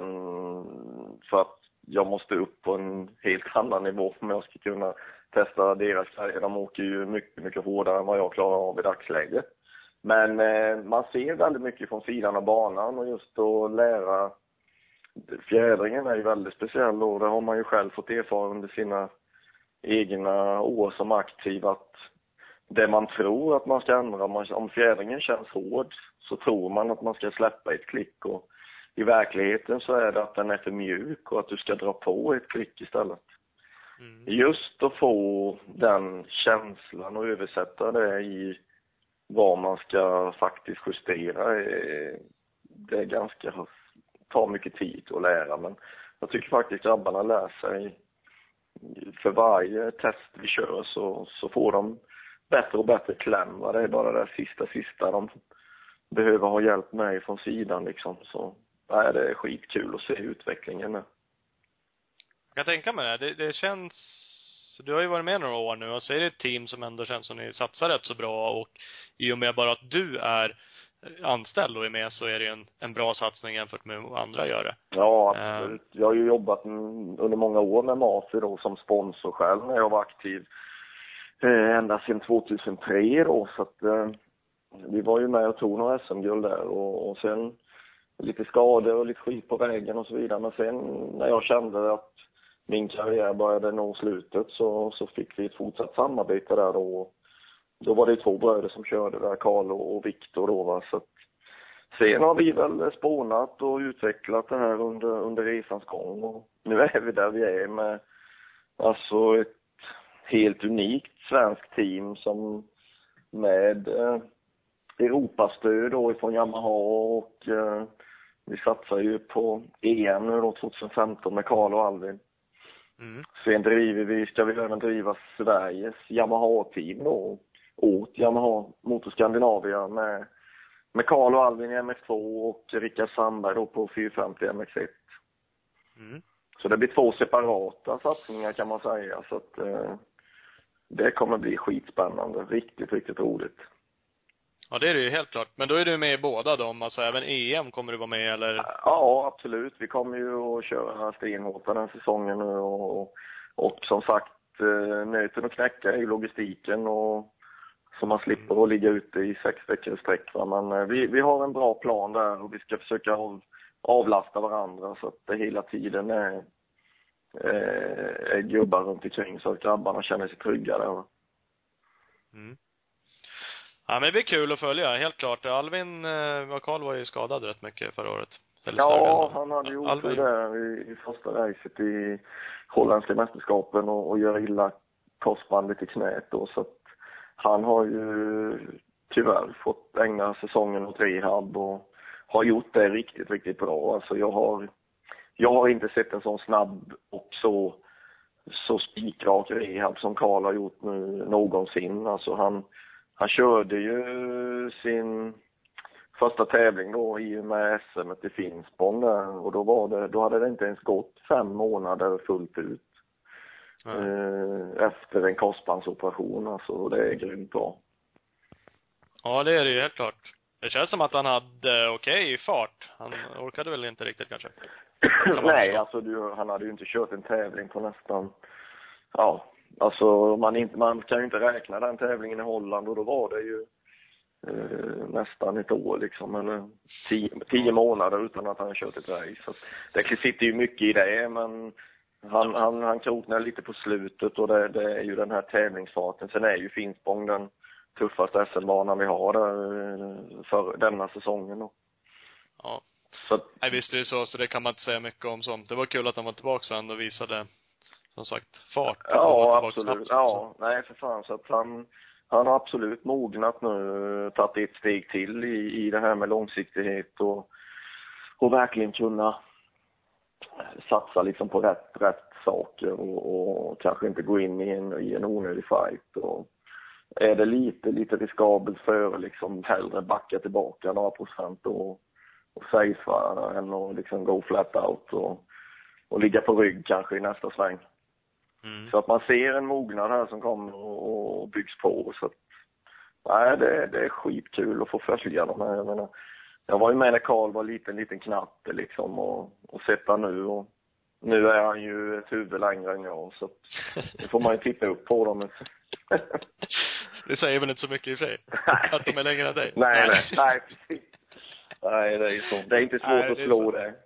För att jag måste upp på en helt annan nivå om jag ska kunna testa deras grejer. De åker ju mycket, mycket hårdare än vad jag klarar av i dagsläget. Men eh, man ser väldigt mycket från sidan av banan och just att lära. Fjädringen är ju väldigt speciell och det har man ju själv fått erfara under sina egna år som aktiv att det man tror att man ska ändra, om fjädringen känns hård så tror man att man ska släppa ett klick och i verkligheten så är det att den är för mjuk och att du ska dra på ett klick istället. Mm. Just att få den känslan och översätta det i vad man ska faktiskt justera det är ganska tar mycket tid att lära, men jag tycker faktiskt grabbarna lär sig för varje test vi kör så, så får de bättre och bättre kläm. Det är bara det sista sista de behöver ha hjälp med från sidan liksom. Så nej, det är skitkul att se utvecklingen nu. Jag kan tänka mig det. det. Det känns, du har ju varit med några år nu och så är det ett team som ändå känns som ni satsar rätt så bra och i och med bara att du är anställd och är med så är det en, en bra satsning jämfört med vad andra gör det. Ja, absolut. Uh, jag har ju jobbat under många år med Mafia då som sponsor själv när jag var aktiv eh, ända sedan tjugohundratre då så att eh, vi var ju med och tog några S M-guld där och, och sen lite skador och lite skit på vägen och så vidare, men sen när jag kände att min karriär började nå slutet så, så fick vi ett fortsatt samarbete där då. Då var det två bröder som körde där, Karl och Viktor då va, så att sen har vi väl spånat och utvecklat det här under, under resans gång och nu är vi där vi är med alltså ett helt unikt svenskt team som med eh, Europastöd då ifrån Yamaha och eh, vi satsar ju på E M nu då tjugohundrafemton med Karl och Alvin. Mm. Sen driver vi, ska vi även driva Sveriges Yamaha-team då åt Yamaha Motor Scandinavia med med Karl och Alvin i M X två och Rickard Sandberg då på fyrahundrafemtio M X ett. Mm. Så det blir två separata satsningar kan man säga så att eh, det kommer bli skitspännande, riktigt riktigt roligt. Ja, det är det ju helt klart. Men då är du med i båda dem, alltså även E M kommer du vara med eller? Ja, absolut. Vi kommer ju att köra stenhårt den här säsongen nu och, och, och som sagt nöten och knäcka i logistiken och så man slipper mm. att ligga ute i sex veckor i sträck. Men vi, vi har en bra plan där och vi ska försöka av, avlasta varandra så att det hela tiden är, är gubbar runt omkring så att grabbarna känner sig trygga där. Mm. Ja, men det blir kul att följa, helt klart. Alvin och Karl var ju skadad rätt mycket förra året. Eller ja, han hade ju gjort det där i, i första racet i holländska mästerskapen och, och gör illa korsbandet i knät då, så att han har ju tyvärr fått ägna säsongen åt rehab och har gjort det riktigt, riktigt bra. Alltså jag har, jag har inte sett en sån snabb och så, så spikrak rehab som Karl har gjort nu någonsin. Alltså han, han körde ju sin första tävling då i med S M i Finspång där, och då var det, då hade det inte ens gått fem månader fullt ut. Mm. Efter en korsbandsoperation, alltså det är grymt bra. Ja, det är det ju helt klart. Det känns som att han hade okej okay fart. Han orkade väl inte riktigt kanske. Nej, alltså du, han hade ju inte kört en tävling på nästan, ja, alltså man, inte, man kan ju inte räkna den tävlingen i Holland, och då var det ju eh, nästan ett år liksom, eller tio, tio månader utan att han kört ett race. Så det sitter ju mycket i det, men Han, han, han kroknar lite på slutet, och det, det är ju den här tävlingsfarten. Sen är ju Finspång den tuffaste S M-banan vi har där för denna säsongen då. Ja. Så. Nej, visst är det så, så det kan man inte säga mycket om sånt. Det var kul att han var tillbaka sen och visade, som sagt, fart. Ja, absolut. Snabbt, ja, så. Nej för fan, så att han, han har absolut mognat nu, tagit ett steg till i, i det här med långsiktighet och, och verkligen kunna satsa liksom på rätt, rätt saker och, och kanske inte gå in i en, i en onödig fight. Och är det lite, lite riskabelt för liksom hellre backa tillbaka några procent och, och safea än att liksom gå flat out. Och och ligga på rygg kanske i nästa sväng. Mm. Så att man ser en mognad här som kommer och, och byggs på. Så att, nej, det, det är skitkul att få följa dem här. Jag menar, jag var ju med när Karl var liten, liten knatte liksom och, och sätta nu och nu är han ju ett huvud längre än jag, så det får man ju titta upp på dem. Det säger väl inte så mycket i sig att de är längre än dig. Nej, nej, nej, precis. Nej, det är så. Det är inte svårt nej, att slå så. Det.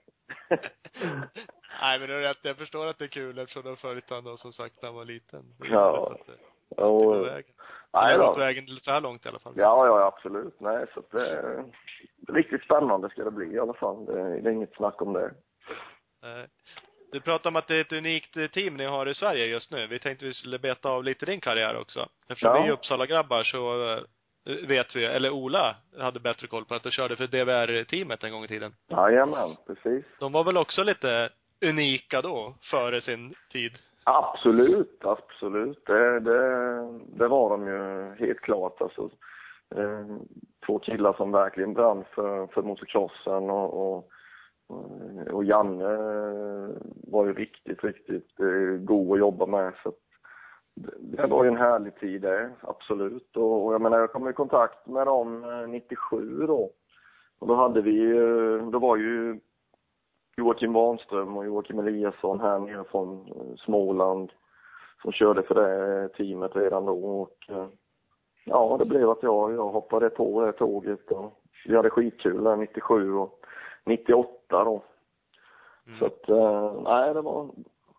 Nej, men det är rätt. Jag förstår att det är kul eftersom de har följt honom som sagt när han var liten. Det är ja. Att det, och, att det går vägen. Nej, det har gått vägen så här långt i alla fall. Ja, ja, absolut. Nej, så det är riktigt spännande ska det bli i alla fall. Det är, det är inget snack om det. Nej. Du pratar om att det är ett unikt team ni har i Sverige just nu. Vi tänkte vi skulle beta av lite din karriär också. Eftersom ja. vi är Uppsala-grabbar så vet vi, eller Ola hade bättre koll på att du körde för D V R-teamet en gång i tiden. Jajamän, precis. De var väl också lite unika då, före sin tid? Absolut, absolut. Det, det, det var de ju helt klart. Alltså, eh, två killar som verkligen brann för, för motocrossen och, och Och Janne var ju riktigt, riktigt god att jobba med. Så det var ju en härlig tid det, absolut. Och jag menar, jag kom i kontakt med dem nittiosju då. Och då hade vi, då var ju Joakim Warnström och Joakim Eliasson här nere från Småland som körde för det teamet redan då. Och ja, det blev att jag, jag hoppade på det tåget och vi hade skitkul där nittiosju och nittioåtta då. Mm. Så att, eh, nej det var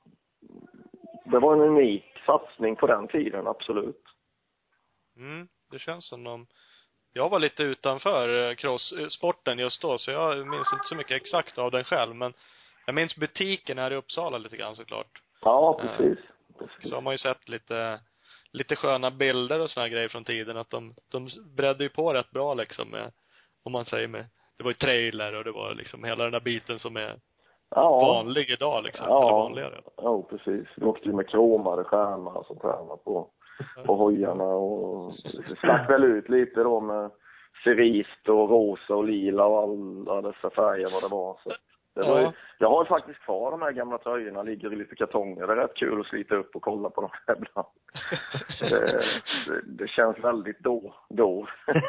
det var en unik satsning på den tiden, absolut. Mm, det känns som de jag var lite utanför cross-sporten just då, så jag minns inte så mycket exakt av den själv, men jag minns butiken här i Uppsala lite grann såklart. Ja, precis. precis. Så har man ju sett lite lite sköna bilder och såna grejer från tiden, att de, de bredde ju på rätt bra liksom med, om man säger med det var ju trailer och det var liksom hela den där biten som är ja. vanlig idag liksom. Ja, eller vanligare. Ja, precis. Vi åkte ju med kromade skärmar och sånt här på, på hojarna och stack väl ut lite då med cerist och rosa och lila och alla dessa färger vad det var. Så det var ju, ja. Jag har faktiskt kvar de här gamla tröjorna, ligger i lite kartonger. Det är rätt kul att slita upp och kolla på dem här ibland. det, det, det känns väldigt då. då.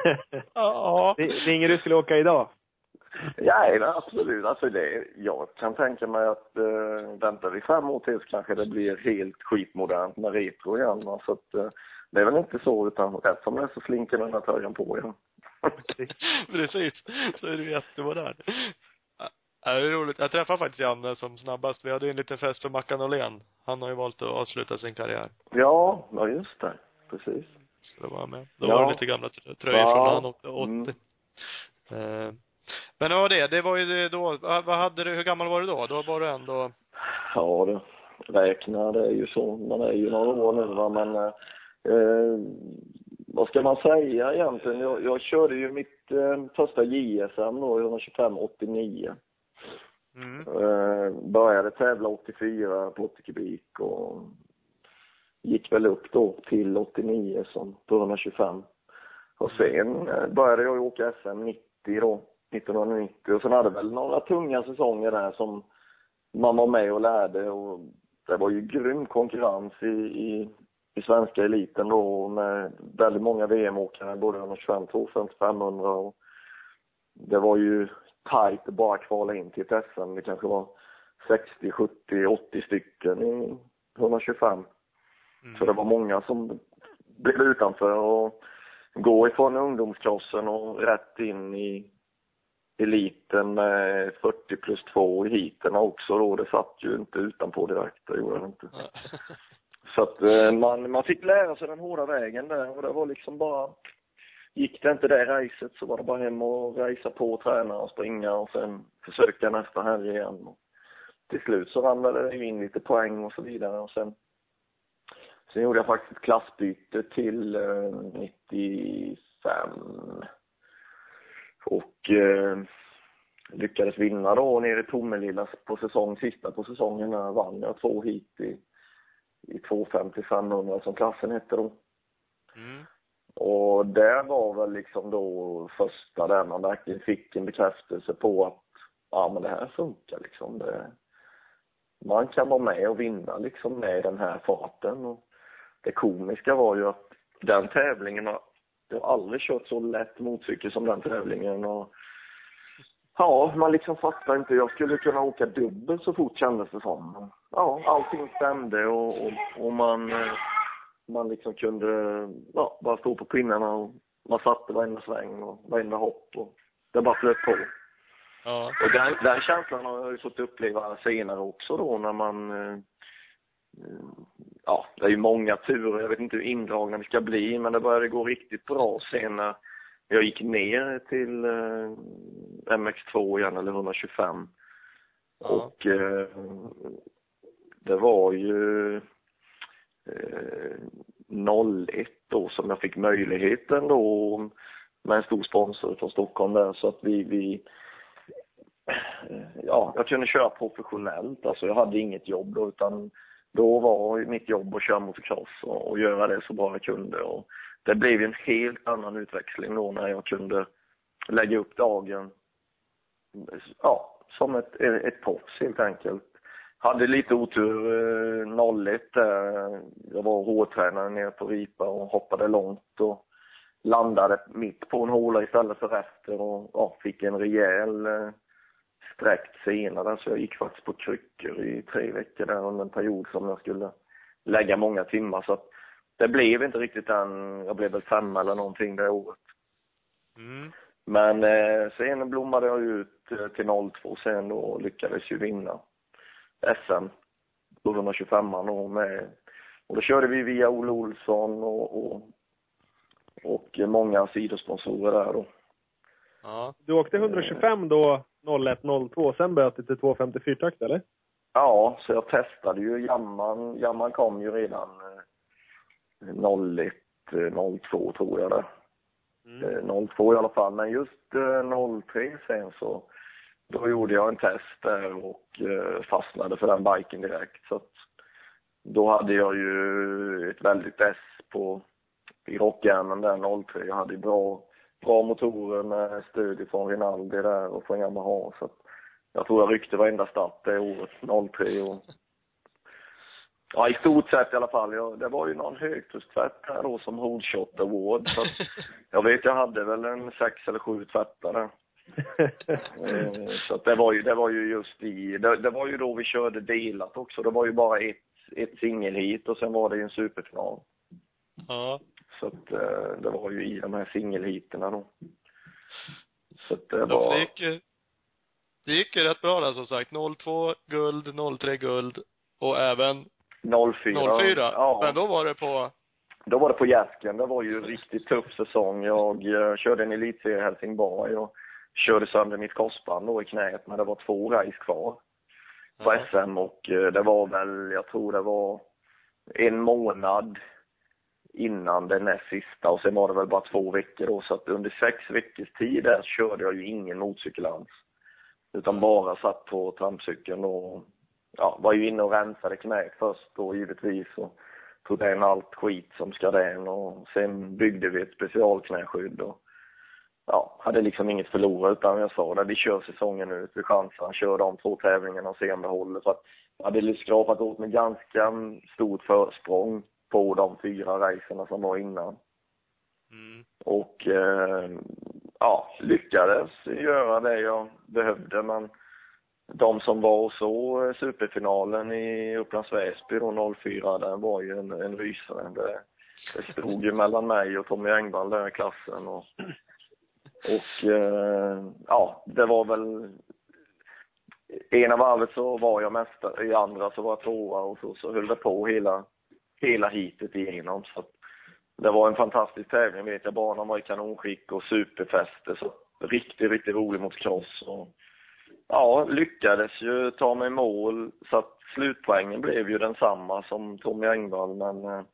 Ja. Det, det är ingen du skulle åka idag? Ja, absolut. Alltså det, jag kan tänka mig att äh, väntar vi fem år till så kanske det blir helt skitmodernt med retro igen. Va? Så att, äh, det är väl inte så, utan rätt som det så slinker den här tröjan på igen. Precis, så är det jättemodern. Ja, det är roligt. Jag träffade faktiskt Janne som snabbast. Vi hade ju en liten fest för Mackan Åhlén. Han har ju valt att avsluta sin karriär. Ja, ja just det. Precis. Så det var med. Då ja. var det lite gamla tröjor ja. från när han åkte åttio. Mm. Uh, men ja, det, det var ju då, vad hade du, hur gammal var du då? Då var du ändå... Ja, det räknar, det är ju så. Man är ju några år nu, va? Men eh, vad ska man säga egentligen? Jag, jag körde ju mitt eh, första J S M då, etthundratjugofem åttionio. Mm. Eh, började tävla åttiofyra på åttio kubik och gick väl upp då till åttionio som på etthundratjugofem. Och sen eh, började jag åka S M nittio då, nittonhundranittio. Och sen hade väl några tunga säsonger där som man var med och lärde. Och det var ju grym konkurrens i, i, i svenska eliten då med väldigt många V M-åkare, både etthundratjugofem, tvåhundrafem, femhundra. Och det var ju tajt att bara kvala in till ett S M. Det kanske var sextio, sjuttio, åttio stycken i etthundratjugofem. Mm. Så det var många som blev utanför och gå ifrån ungdomskrossen och rätt in i eliten med fyrtio plus två i heaterna också då. Det satt ju inte utanpå direkt, det gjorde det inte. Så att man, man fick lära sig den hårda vägen där och det var liksom bara, gick det inte det racet så var det bara hem och racea på och träna och springa och sen försöka nästa helg igen. Och till slut så ramlade det in lite poäng och så vidare och sen Sen gjorde jag faktiskt ett klassbyte till eh, nittiofem. Och eh, lyckades vinna då nere i Tomelilla på säsong, sista på säsongen. När vann jag två hit i, i tvåhundrafemtio till femhundra som klassen hette då. Mm. Och det var väl liksom då första där man verkligen fick en bekräftelse på att ja men det här funkar liksom. Det, man kan vara med och vinna liksom med den här farten. Och det komiska var ju att den tävlingen, jag har aldrig kört så lätt motorcykel som den tävlingen. Och ja, man liksom fattar inte. Jag skulle kunna åka dubbelt så fort, kändes det som. Ja, allting stämde och, och, och man, man liksom kunde ja, bara stå på pinnarna och man satte varenda sväng och varenda hopp och det bara flöt på. Ja. Och den, den känslan har jag ju fått uppleva senare också då när man... Eh, ja, det är ju många turer. Jag vet inte hur indragna det ska bli, men det började gå riktigt bra sen när jag gick ner till eh, M X två igen, eller etthundratjugofem. Ja. Och eh, det var ju eh, noll ett då som jag fick möjligheten då med en stor sponsor från Stockholm där, så att vi, vi ja, jag kunde köra professionellt. Alltså jag hade inget jobb då, utan då var mitt jobb att köra motocross och, och göra det så bra jag kunde. Och det blev en helt annan utväxling då när jag kunde lägga upp dagen ja, som ett, ett proffs helt enkelt. Hade lite otur eh, noll ett där. Jag var hårtränare nere på Ripa och hoppade långt och landade mitt på en håla istället för efter och ja, fick en rejäl eh, sträckt senare. Så jag gick faktiskt på kryckor i tre veckor där under en period som jag skulle lägga många timmar. Så att det blev inte riktigt den, jag blev väl fem eller någonting det året. Mm. Men eh, sen blommade jag ut eh, till noll två sen då och lyckades ju vinna S M på etthundratjugofem och med. Och då körde vi via Olle Olsson och, och, och många sidosponsorer där då. Ja. Du åkte etthundratjugofem då noll ett noll två, sen böt det till tvåhundrafemtiofyra-takt eller? Ja, så jag testade ju jamman. Jamman kom ju redan eh, noll ett noll två tror jag det. Mm. Eh, noll två i alla fall, men just eh, noll tre sen så då gjorde jag en test där och eh, fastnade för den biken direkt. Så att då hade jag ju ett väldigt S på i rockjärnen där noll tre. Jag hade bra bra motorer med stöd från Rinaldi där och från Yamaha. Så att jag tror jag ryckte varenda start det året noll tre. Och ja, i stort sett i alla fall. Jag, det var ju någon högtryckstvätt här då som Holdshot Award. Så att jag vet jag hade väl en sex eller sju tvättar där. eh, så att det var ju det var ju just i det, det var ju då vi körde delat också. Det var ju bara ett ett singelhit och sen var det ju en superfinal. Ja. Så att eh, det var ju i de här singelhiterna då. Så att det då var... det gick ju det gick ju rätt bra där som sagt. noll två guld, noll tre guld och även noll fyra. noll fyra. Ja. Men då var det på Då var det på Jäsken. Det var ju en riktigt tuff säsong. Jag uh, körde en elitserie i Helsingborg och körde sönder mitt korsband då i knät, men det var två race kvar på S M och uh, det var väl, jag tror det var en månad innan den näst sista och sen var det väl bara två veckor då, så att under sex veckors tid där körde jag ju ingen motorcykel alls, utan bara satt på trampcykeln och ja, var ju inne och rensade knät först då givetvis och tog den allt skit som ska den och sen byggde vi ett specialknäskydd och ja, hade liksom inget förlorat, utan jag sa det, vi kör säsongen ut, vi chansar, kör de två tävlingarna och se om det håller, för att jag hade skrapat åt med ganska stort försprång på de fyra racerna som var innan. Mm. Och eh, ja, lyckades göra det jag behövde, men de som var så superfinalen i Upplands Väsby då noll fyra, den var ju en, en rysare. Det, det stod ju mellan mig och Tommy Engvall där i klassen och, och eh, ja, det var väl ena varvet så var jag mästare, i andra så var jag tvåa och så, så höll det på hela hela hitet igenom. Så det var en fantastisk tävling, vet jag. Banan var i kanonskick och superfäste, så riktigt, riktigt rolig mot cross. Och ja, lyckades ju ta mig mål, så att slutpoängen blev ju densamma som Tommy Engvall, men eh,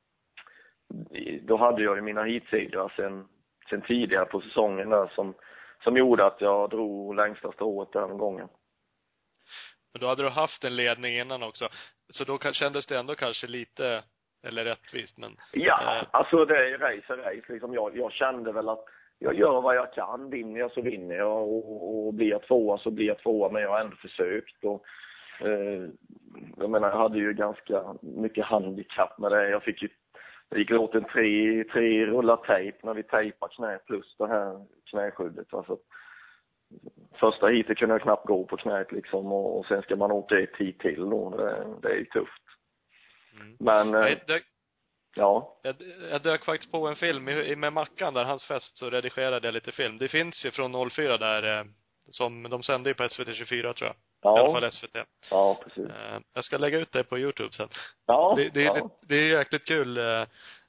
då hade jag ju mina heatsegrar sen, sen tidigare på säsongen där som, som gjorde att jag drog längsta strået den gången. Men då hade du haft en ledning innan också, så då kändes det ändå kanske lite, eller rättvist, men... Ja, eh... alltså det är race är race. Liksom jag, jag kände väl att jag gör vad jag kan. Vinner jag så vinner jag. Och, och blir jag tvåa så blir jag tvåa. Men jag har ändå försökt. Och, eh, jag menar, jag hade ju ganska mycket handikapp med det. Jag fick ju, jag gick åt en tre, tre rullar tejp när vi tejpar knä plus det här knäskyddet. Alltså, första hitet kunde jag knappt gå på knät liksom, och, och sen ska man åka ett hit till då. Det, det är ju tufft. Mm. Men, jag, dök, ja. Jag, jag dök faktiskt på en film med Mackan där, hans fest, så redigerade jag lite film. Det finns ju från noll fyra där, som de sände ju på S V T tjugofyra tror jag. Ja. I alla fall S V T. Ja, precis. Jag ska lägga ut det på YouTube sen. Ja. Det, det, ja. det, det är jäkligt kul eh,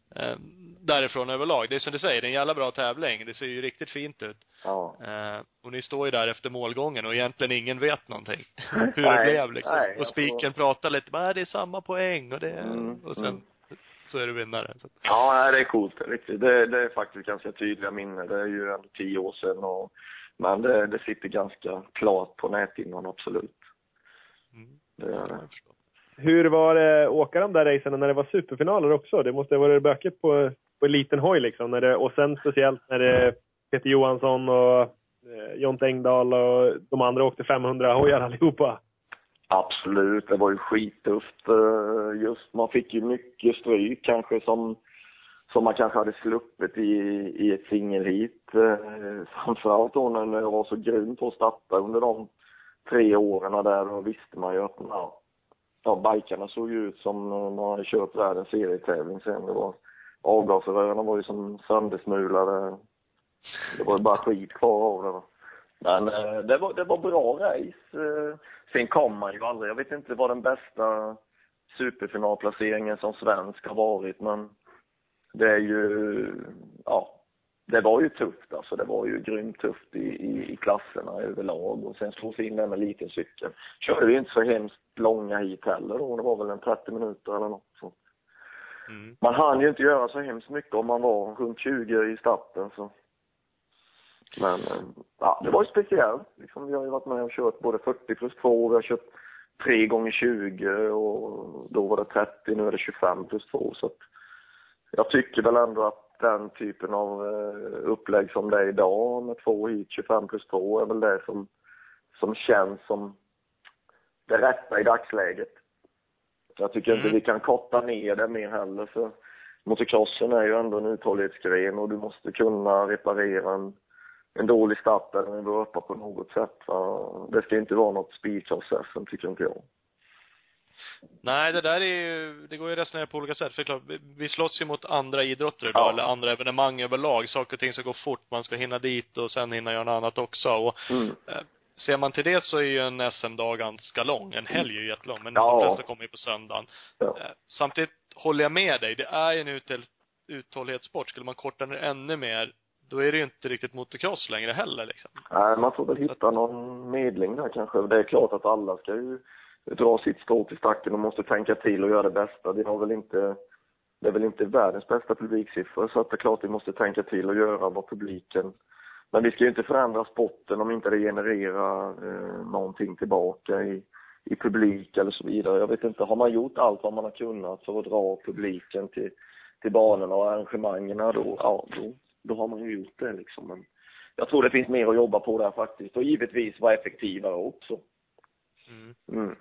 därifrån överlag. Det är som du säger, det är en jävla bra tävling. Det ser ju riktigt fint ut. Ja. Eh, och ni står ju där efter målgången och egentligen ingen vet någonting. Hur nej, det blev liksom. Nej, och spiken tror... pratar lite, bara det är samma poäng och det mm, och sen mm. så är du vinnare. Så. Ja, det är coolt. Riktigt. Det, det är faktiskt ganska tydliga minnen. Det är ju ändå tio år sedan. Och, men det, det sitter ganska klart på näthinnan, absolut. Mm. Det är det. Hur var det att åka de där racen när det var superfinaler också? Det måste ha varit bökigt på, på en liten hoj liksom. När det, och sen speciellt när det Peter Johansson och eh, Jon Engdahl och de andra åkte femhundra hojar allihopa. Absolut, det var ju skittufft. Just, man fick ju mycket stryk kanske som, som man kanske hade sluppit i, i ett singelhit. Framförallt då när jag var så grym på att starta under de tre åren där, då visste man ju att ja, ja, bikarna såg ju ut som man hade kört världens serietävling sen. Det var, avgasrörarna var ju som söndersmulade. Det var ju bara skit kvar av det. Men det var, det var bra race. Sen kom man ju aldrig. Jag vet inte vad den bästa superfinalplaceringen som svensk har varit. Men det är ju, ja, det var ju tufft. Alltså det var ju grymt tufft i, i, i klasserna överlag. Och sen slog vi in den med liten cykel. Körde vi inte så hemskt långa hit heller då. Det var väl en trettio minuter eller något. Så. Mm. Man hann ju inte göra så hemskt mycket om man var runt tjugo i starten så. Men ja, det var ju speciellt. Liksom, vi har ju varit med och kört både fyrtio plus två, vi har kört tre gånger tjugo och då var det trettio, nu är det tjugofem plus två. Så att jag tycker väl ändå att den typen av upplägg som det är idag med två hit, tjugofem plus två är väl det som, som känns som det rätta i dagsläget. Jag tycker mm. inte vi kan korta ner det mer heller, för motocrossen är ju ändå en uthållighetsgren och du måste kunna reparera en en dålig start eller en vurpa på något sätt. Det ska inte vara något speedcross-SM, tycker inte jag. Nej, det där är ju, det går ju att resonera på olika sätt. För klart, vi slåss ju mot andra idrotter idag, ja. Eller andra evenemang överlag. Saker och ting ska gå fort, man ska hinna dit och sen hinna göra något annat också. Och mm. eh, ser man till det så är ju en S M-dag ganska lång. En helg är ju jättelång, men ja. De flesta kommer ju på söndagen. Ja. Eh, samtidigt håller jag med dig, det är ju en ut- uthållighetssport. Skulle man korta ner ännu mer, då är det ju inte riktigt motocross längre heller liksom. Nej, man får väl hitta någon medling där kanske. Det är klart att alla ska ju dra sitt strå till stacken och måste tänka till och göra det bästa. Det har väl inte, det är väl inte världens bästa publiksiffror, så att det är klart att vi måste tänka till och göra vad publiken. Men vi ska ju inte förändra sporten om inte det genererar eh, någonting tillbaka i, i publik eller så vidare. Jag vet inte, har man gjort allt vad man har kunnat för att dra publiken till, till banorna och arrangemangen då, ja, då då har man ju gjort det liksom. Men jag tror det finns mer att jobba på där faktiskt. Och givetvis vara effektivare också. Mm. Mm.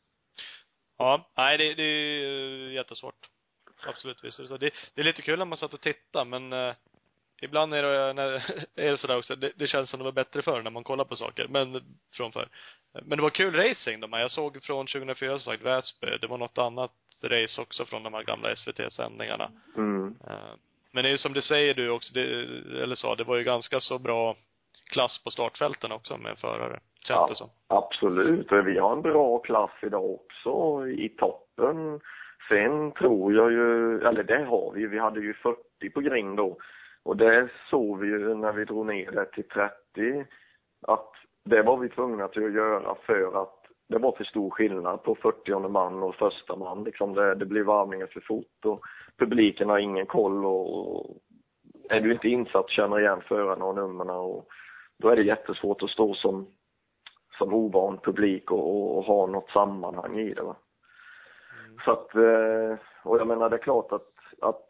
Ja, nej det, det är jättesvårt. Absolut visst. Så det, det är lite kul när man satt och tittar, men eh, ibland är det, när, är det sådär också. Det, det känns som det var bättre förr när man kollar på saker. Men från förr. Men det var kul racing de här. Jag såg från tjugohundrafyra så sagt Väsby. Det var något annat race också från de här gamla S V T-sändningarna. Mm. Eh, Men det är ju som du säger du också, det, eller så, det var ju ganska så bra klass på startfälten också med förare, känns ja, det som. Absolut, vi har en bra klass idag också i toppen. Sen tror jag ju, eller det har vi vi hade ju fyrtio på grind då. Och det såg vi ju när vi drog ner det till trettio, att det var vi tvungna till att göra för att det var för stor skillnad på fyrtionde man och första man. Liksom det, det blev varvningar för fort och publiken har ingen koll och är du inte insatt känner igen förarna och nummerna och då är det jättesvårt att stå som, som ovan publik och, och, och ha något sammanhang i det. Va? Mm. Så att, och jag menar det är klart att, att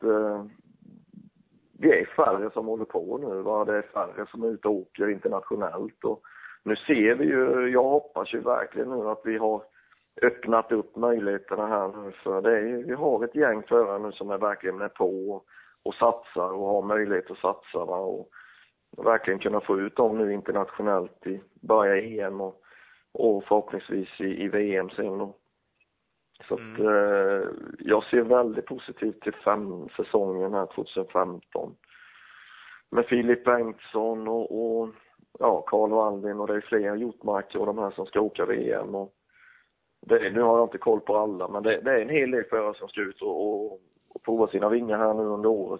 vi är färre som håller på nu. Va? Det är färre som är ute och åker internationellt och nu ser vi ju, jag hoppas ju verkligen nu att vi har öppnat upp möjligheterna här nu. För det är, vi har ett gäng förare nu som är verkligen är på och, och satsar och har möjlighet att satsa, va? Och, och verkligen kunna få ut dem nu internationellt i börja E M och, och förhoppningsvis i, i V M sen då. Så mm. att, eh, jag ser väldigt positivt till fem säsongen här tjugohundrafemton. Med Filip Bengtsson och, och ja, Carl Wallin, och det är fler Hjortmarker och de här som ska åka V M. Och det, nu har jag inte koll på alla, men det, det är en hel del förare som ska ut och, och, och prova sina vingar här nu under året.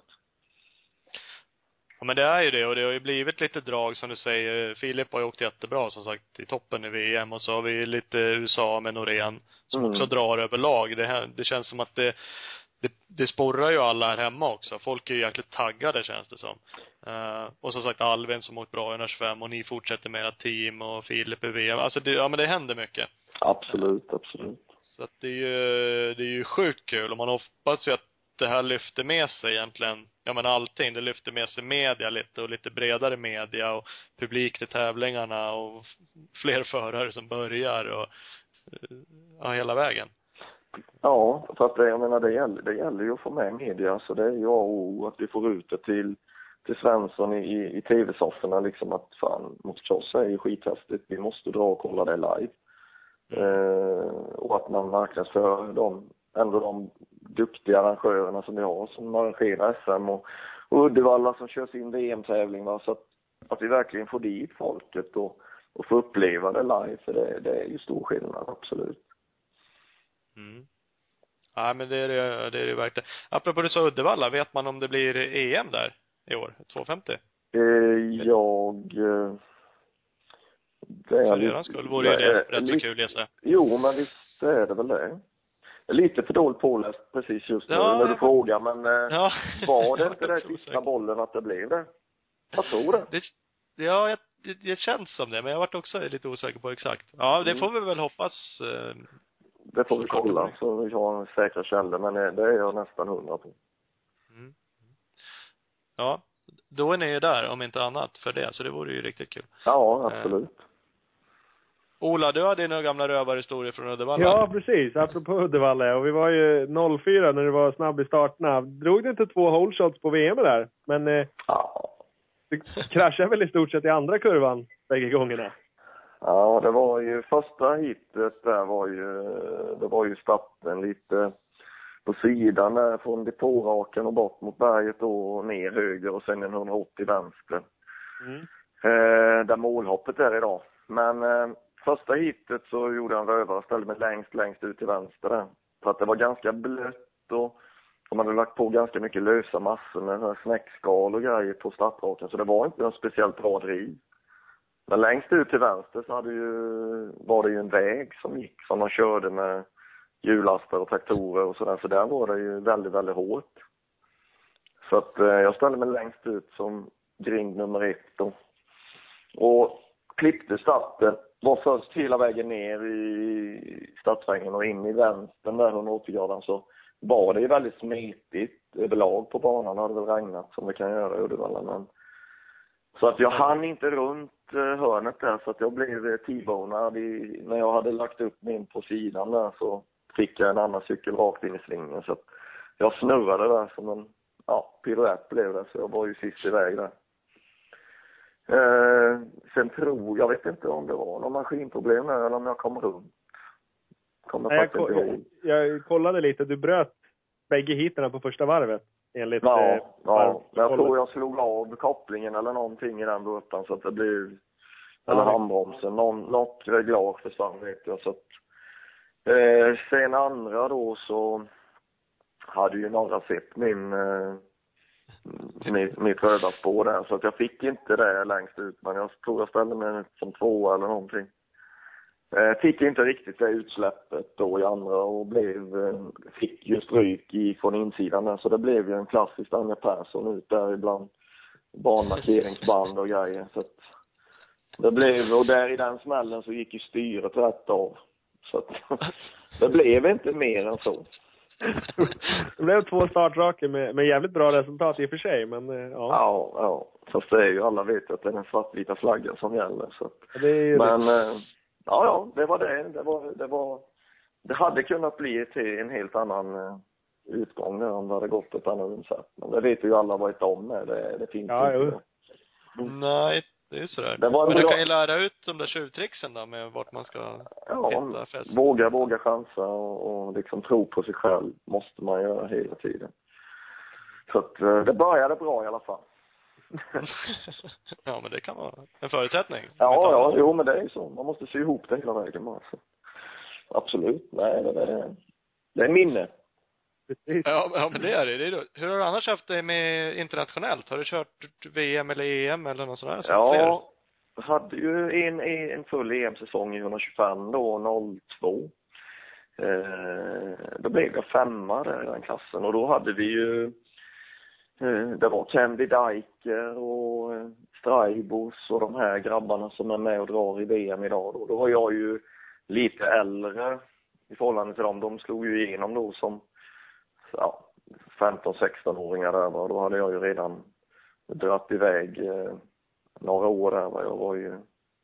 Ja, men det är ju det, och det har ju blivit lite drag som du säger. Filip har ju åkt jättebra som sagt i toppen i V M, och så har vi lite U S A med Norén som mm. också drar överlag. Det, här, det känns som att det, det, det sporrar ju alla här hemma också. Folk är ju jäkligt taggade, känns det som. Uh, och som sagt Alvin som åkt bra i tjugohundrafem, och ni fortsätter med era team, och Filip i V M. Alltså det, ja, men det händer mycket. Absolut, absolut. Så att det är ju, det är ju sjukt kul, och man hoppas ju att det här lyfter med sig egentligen, ja men allting, det lyfter med sig media lite, och lite bredare media och publik till tävlingarna och fler förare som börjar och ja, hela vägen. Ja, för att det, jag menar det gäller, det gäller ju att få med media, så det är ju A och O att vi får ut det till, till Svensson i, i, i tv-sofforna liksom, att fan, motocross är ju skithäftigt, vi måste dra och kolla det live. Eh, och att man marknadsför de, ändå de duktiga arrangörerna som vi har som arrangerar S M, och, och Uddevalla som kör sin V M-tävling, va? Så att, att vi verkligen får dit folket och, och får uppleva det live, för det, det är ju stor skillnad, absolut. Mm. Ja, men det är det, det är det verkligen. Apropå du sa Uddevalla, vet man om det blir E M där i år, tvåhundrafemtio? Eh, jag eh, det är för deras skull vore ju det rätt lite, så kul läsa. Jo, men visst är det väl det. Lite för dåligt påläst precis just nu ja, när du frågar, men ja. Var det inte det sista bollen att det blev det? Jag tror det. det ja, jag, det, det känns som det, men jag har varit också lite osäker på exakt. Ja, det mm. får vi väl hoppas. Eh, det får vi kolla, så vi har säkra källor, men det är jag nästan hundra på. Mm. Ja, då är ni ju där, om inte annat, för det, så det vore ju riktigt kul. Ja, absolut. Eh. Ola, du hade några gamla rövarhistorier från Uddevalla. Ja, precis. Apropå Uddevalla. Och vi var ju noll fyra när det var snabb i starterna. Drog det inte två hole shots på V M där? Men eh, ja. det kraschade väl i stort sett i andra kurvan bägge gångerna. Ja, det var ju första hitet där var ju, det var ju starten lite på sidan där från depåraken och bort mot berget och ner höger och sen en hundraåttio vänster. Mm. Eh, där målhoppet är idag. Men eh, första hitet så gjorde han rövare och ställde mig längst, längst ut till vänster där. För att det var ganska blött och, och man hade lagt på ganska mycket lösa massor med snäckskal och grejer på startraken. Så det var inte en speciellt bra driv. Men längst ut till vänster så hade ju, var det ju en väg som gick som de körde med hjulastar och traktorer och sådär. Så där var det ju väldigt, väldigt hårt. Så att eh, jag ställde mig längst ut som grind nummer ett då. Och klippte starten, var först hela vägen ner i startsvängen och in i vänstern där hundraåttio grader, så var det ju väldigt smitigt överlag på banan. Det hade väl regnat som det kan göra i Uddevalla, men så att jag hann inte runt hörnet där, så att jag blev T-bonad när jag hade lagt upp min på sidan där, så fick jag en annan cykel rakt in i svingen, så att jag snurrade där som en ja, piruett blev det, så jag var ju sist iväg där. Eh, sen tror jag vet inte om det var någon maskinproblem där, eller om jag kom runt. Kommer jag, jag, jag, jag kollade lite, du bröt bägge hiterna på första varvet. Enligt, ja, eh, ja. jag tror jag slog av kopplingen eller någonting i den burtan så att det blev, ja, eller handbromsen, någon, något reglage försvann vet jag. Så att, eh, sen andra då så hade ju några sett min eh, mitt, mitt röda spår där, så att jag fick inte det längst ut, men jag tror jag ställde mig som två eller någonting. Eh, fick inte riktigt det utsläppet då i andra och blev, eh, fick ju stryk i, från insidan där, så det blev ju en klassisk Anja Persson ut där ibland banmarkeringsband och grejer, så att det blev, och där i den smällen så gick ju styret rätt av, så att det blev inte mer än så. Det blev två startraker med, med jävligt bra resultat i och för sig, men ja. Ja, ja. Fast det är ju, alla vet att det är den svartvita flaggan som gäller, så att, det är ju men det. Ja, ja, det var det. Det var, det var det hade kunnat bli till en helt annan uh, utgång där om det hade gått ett annat sätt. Men det vet ju alla vad ett om är. Det, det finns ja, inte. Mm. Nej, det är sådär. Det var men du bra. kan ju lära ut de där tjuvtricksen då med vart man ska ja, hitta fest. Våga, våga chansa och, och liksom tro på sig själv måste man göra hela tiden. Så att uh, det började bra i alla fall. Ja, men det kan vara en förutsättning. Ja, ja, jo, men det är ju så. Man måste sy ihop det hela vägen bara. Så. Absolut. Nej, det är, det är minne. Ja, ja, men det är det. det är det. Hur har du annars haft det med internationellt? Har du kört V M eller E M eller något sådär? Så ja, jag hade ju en, en full E M-säsong i etthundratjugofem då, noll två. Eh, då blev jag femma där i den klassen. Och då hade vi ju det var Candy Diker och Straibos och de här grabbarna som är med och drar i V M idag. Då, då var jag ju lite äldre i förhållande till dem. De slog ju igenom då som ja, femton-sexton-åringar där. Va? Då hade jag ju redan dratt iväg eh, några år där. Va? Jag var ju,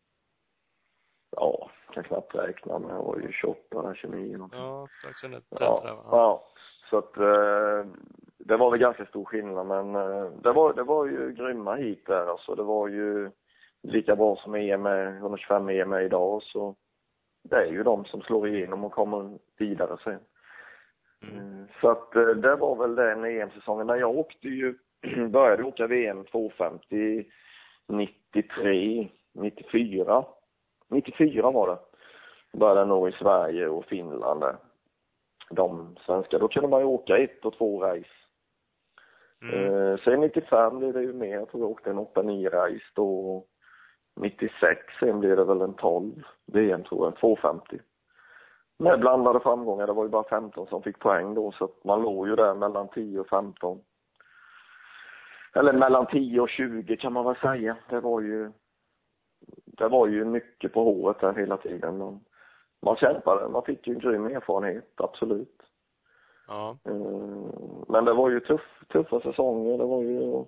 ja, kan knappt räkna, men jag var ju tjugoåtta, tjugonio. Ja, strax under trettio. Ja, ja. ja, så att eh, det var väl ganska stor skillnad, men eh, det, var, det var ju grymma hit där. Alltså, det var ju lika bra som E M, etthundratjugofem E M idag, så det är ju de som slår igenom och kommer vidare sen. Mm. Så att eh, det var väl den E M-säsongen. När jag åkte ju, började åka V M tvåhundrafemtio nittiotre, nittiofyra. nittiofyra var det. Började nog i Sverige och Finland där. De svenska, då kunde man ju åka ett och två race. Mm. Eh, sen nittiofem blev det ju mer, jag tror jag åkte en åtta nio race då. nittiosex, sen blev det väl en tolv V M tror jag, tvåhundrafemtio. Med blandade framgångar, det var ju bara femton som fick poäng då, så att man låg ju där mellan tio och femton. Eller mellan tio och tjugo kan man väl säga. Det var ju det var ju mycket på håret där hela tiden. Men man kämpade, man fick ju en grym erfarenhet, absolut. Ja. Men det var ju tuff, tuffa säsonger, det var ju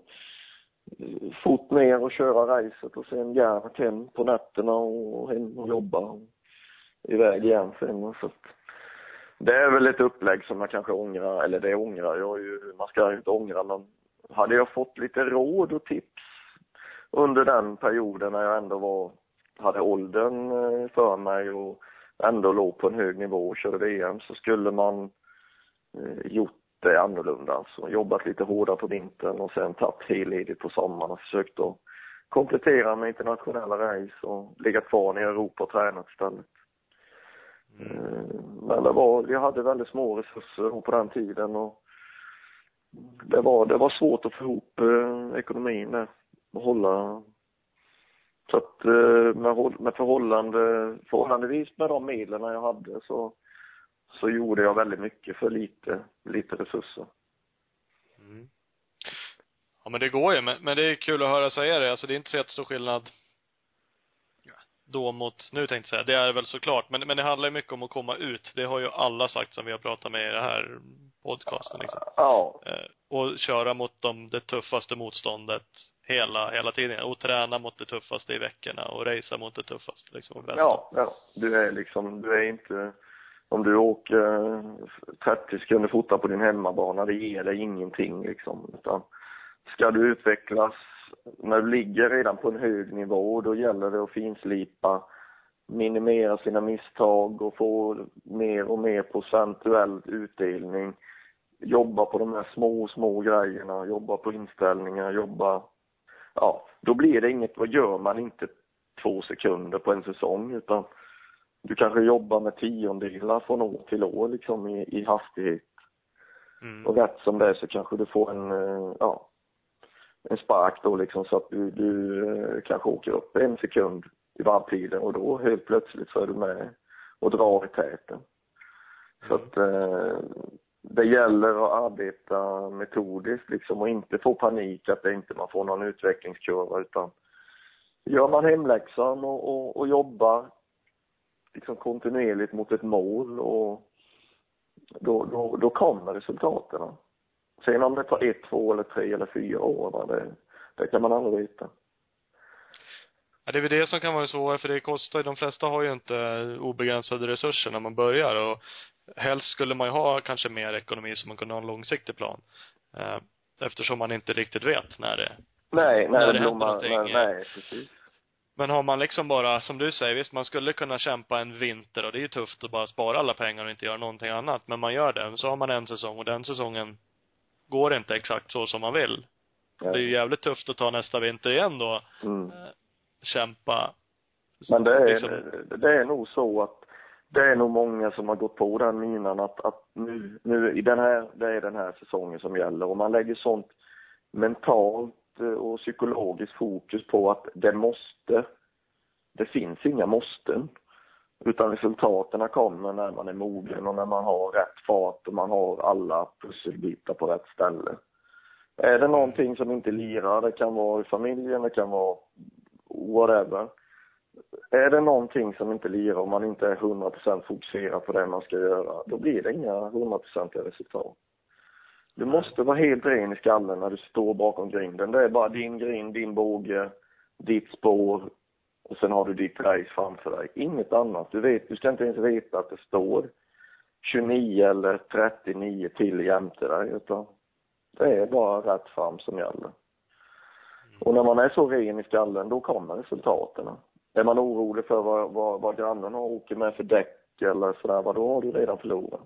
fort ner och köra racet och sen järnet hem på nätterna och hem och jobba och iväg igen sen. Så det är väl ett upplägg som jag kanske ångrar, eller det ångrar jag ju, man ska ju inte ångra, men hade jag fått lite råd och tips under den perioden när jag ändå var, hade åldern för mig och ändå låg på en hög nivå och körde V M, så skulle man eh, gjort det annorlunda. Alltså jobbat lite hårdare på vintern och sen tagit helledigt på sommaren och försökt att komplettera med internationella race och ligga kvar i Europa och tränat istället. Mm. Eh, men det var, jag hade väldigt små resurser på den tiden och det var, det var svårt att få ihop eh, ekonomin där och hålla. Så att med, med förhållande, förhållandevis med de medlen jag hade så, så gjorde jag väldigt mycket för lite, lite resurser. Mm. Ja, men det går ju. Men, men det är kul att höra säga det. Alltså det är inte så jättestor skillnad då mot, nu tänkte jag säga, det är väl såklart. Men, men det handlar ju mycket om att komma ut. Det har ju alla sagt som vi har pratat med i det här podcasten liksom. Ja. Eh, och köra mot dem, det tuffaste motståndet hela, hela tiden. Och träna mot det tuffaste i veckorna och racea mot det tuffaste liksom. Ja, ja, du är liksom, du är inte, om du åker trettio sekunder fortare på din hemmabana, det ger dig ingenting liksom. Utan ska du utvecklas, när du ligger redan på en hög nivå, då gäller det att finslipa, minimera sina misstag och få mer och mer procentuell utdelning. Jobba på de här små, små grejerna, jobba på inställningar, jobba, ja, då blir det inget, vad gör man inte två sekunder på en säsong, utan du kanske jobbar med tiondelar från år till år liksom i, i hastighet. Mm. Och rätt som det är så kanske du får en, ja, en spark då liksom, så att du, du kanske åker upp en sekund i varvtiden och då helt plötsligt så är du med och drar i täten. Mm. Så att eh, det gäller att arbeta metodiskt liksom och inte få panik att det inte man får någon utvecklingskurva, utan gör man hemläxan och, och, och jobbar liksom kontinuerligt mot ett mål, och då, då, då kommer resultaten. Sen om det tar ett, två eller tre eller fyra år, det, det kan man aldrig veta. Ja, det är väl det som kan vara svårt, för det kostar, de flesta har ju inte obegränsade resurser när man börjar, och helst skulle man ju ha kanske mer ekonomi som man kunde ha en långsiktig plan. Eh, eftersom man inte riktigt vet när det Nej, när, när det det händer blommar, någonting. nej, nej, precis. Men har man liksom bara, som du säger, visst man skulle kunna kämpa en vinter, och det är ju tufft att bara spara alla pengar och inte göra någonting annat, men man gör det. Så har man en säsong, och den säsongen går inte exakt så som man vill. Ja. Det är ju jävligt tufft att ta nästa vinter igen då. Mm. Eh, kämpa. Men det är, liksom... det, det är nog så att det är nog många som har gått på den minan att, att nu, nu i den här, det är den här säsongen som gäller, och man lägger sånt mentalt och psykologiskt fokus på att det måste, det finns inga måsten, utan resultaten kommer när man är mogen och när man har rätt fart och man har alla pusselbitar på rätt ställe. Är det någonting som inte lirar, det kan vara i familjen, det kan vara whatever. Är det någonting som inte lirar och man inte är hundra procent fokuserad på det man ska göra, då blir det inga hundra procentiga resultat. Du måste vara helt ren i skallen när du står bakom grinden. Det är bara din grind, din båge, ditt spår, och sen har du ditt race framför dig. Inget annat. Du vet, du ska inte ens veta att det står tjugonio eller trettionio till jämte dig, utan det är bara rätt fram som gäller. Och när man är så ren i skallen, då kommer resultaten. Är man orolig för vad, vad, vad grannen har åker med för däck eller sådär, då har du redan förlorat.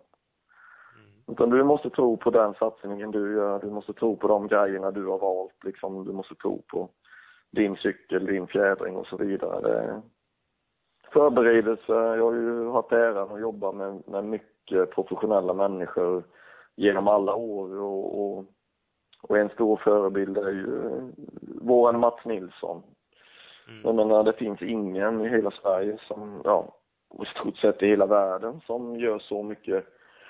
Utan du måste tro på den satsningen du gör. Du måste tro på de grejerna du har valt. Liksom, du måste tro på din cykel, din fjädring och så vidare. Det är förberedelse. Jag har ju haft äran att jobba med, med mycket professionella människor genom alla år. Och, och, och en stor förebild är ju våran Mats Nilsson. Mm. Jag menar, det finns ingen i hela Sverige som, ja, i stort sett i hela världen som gör så mycket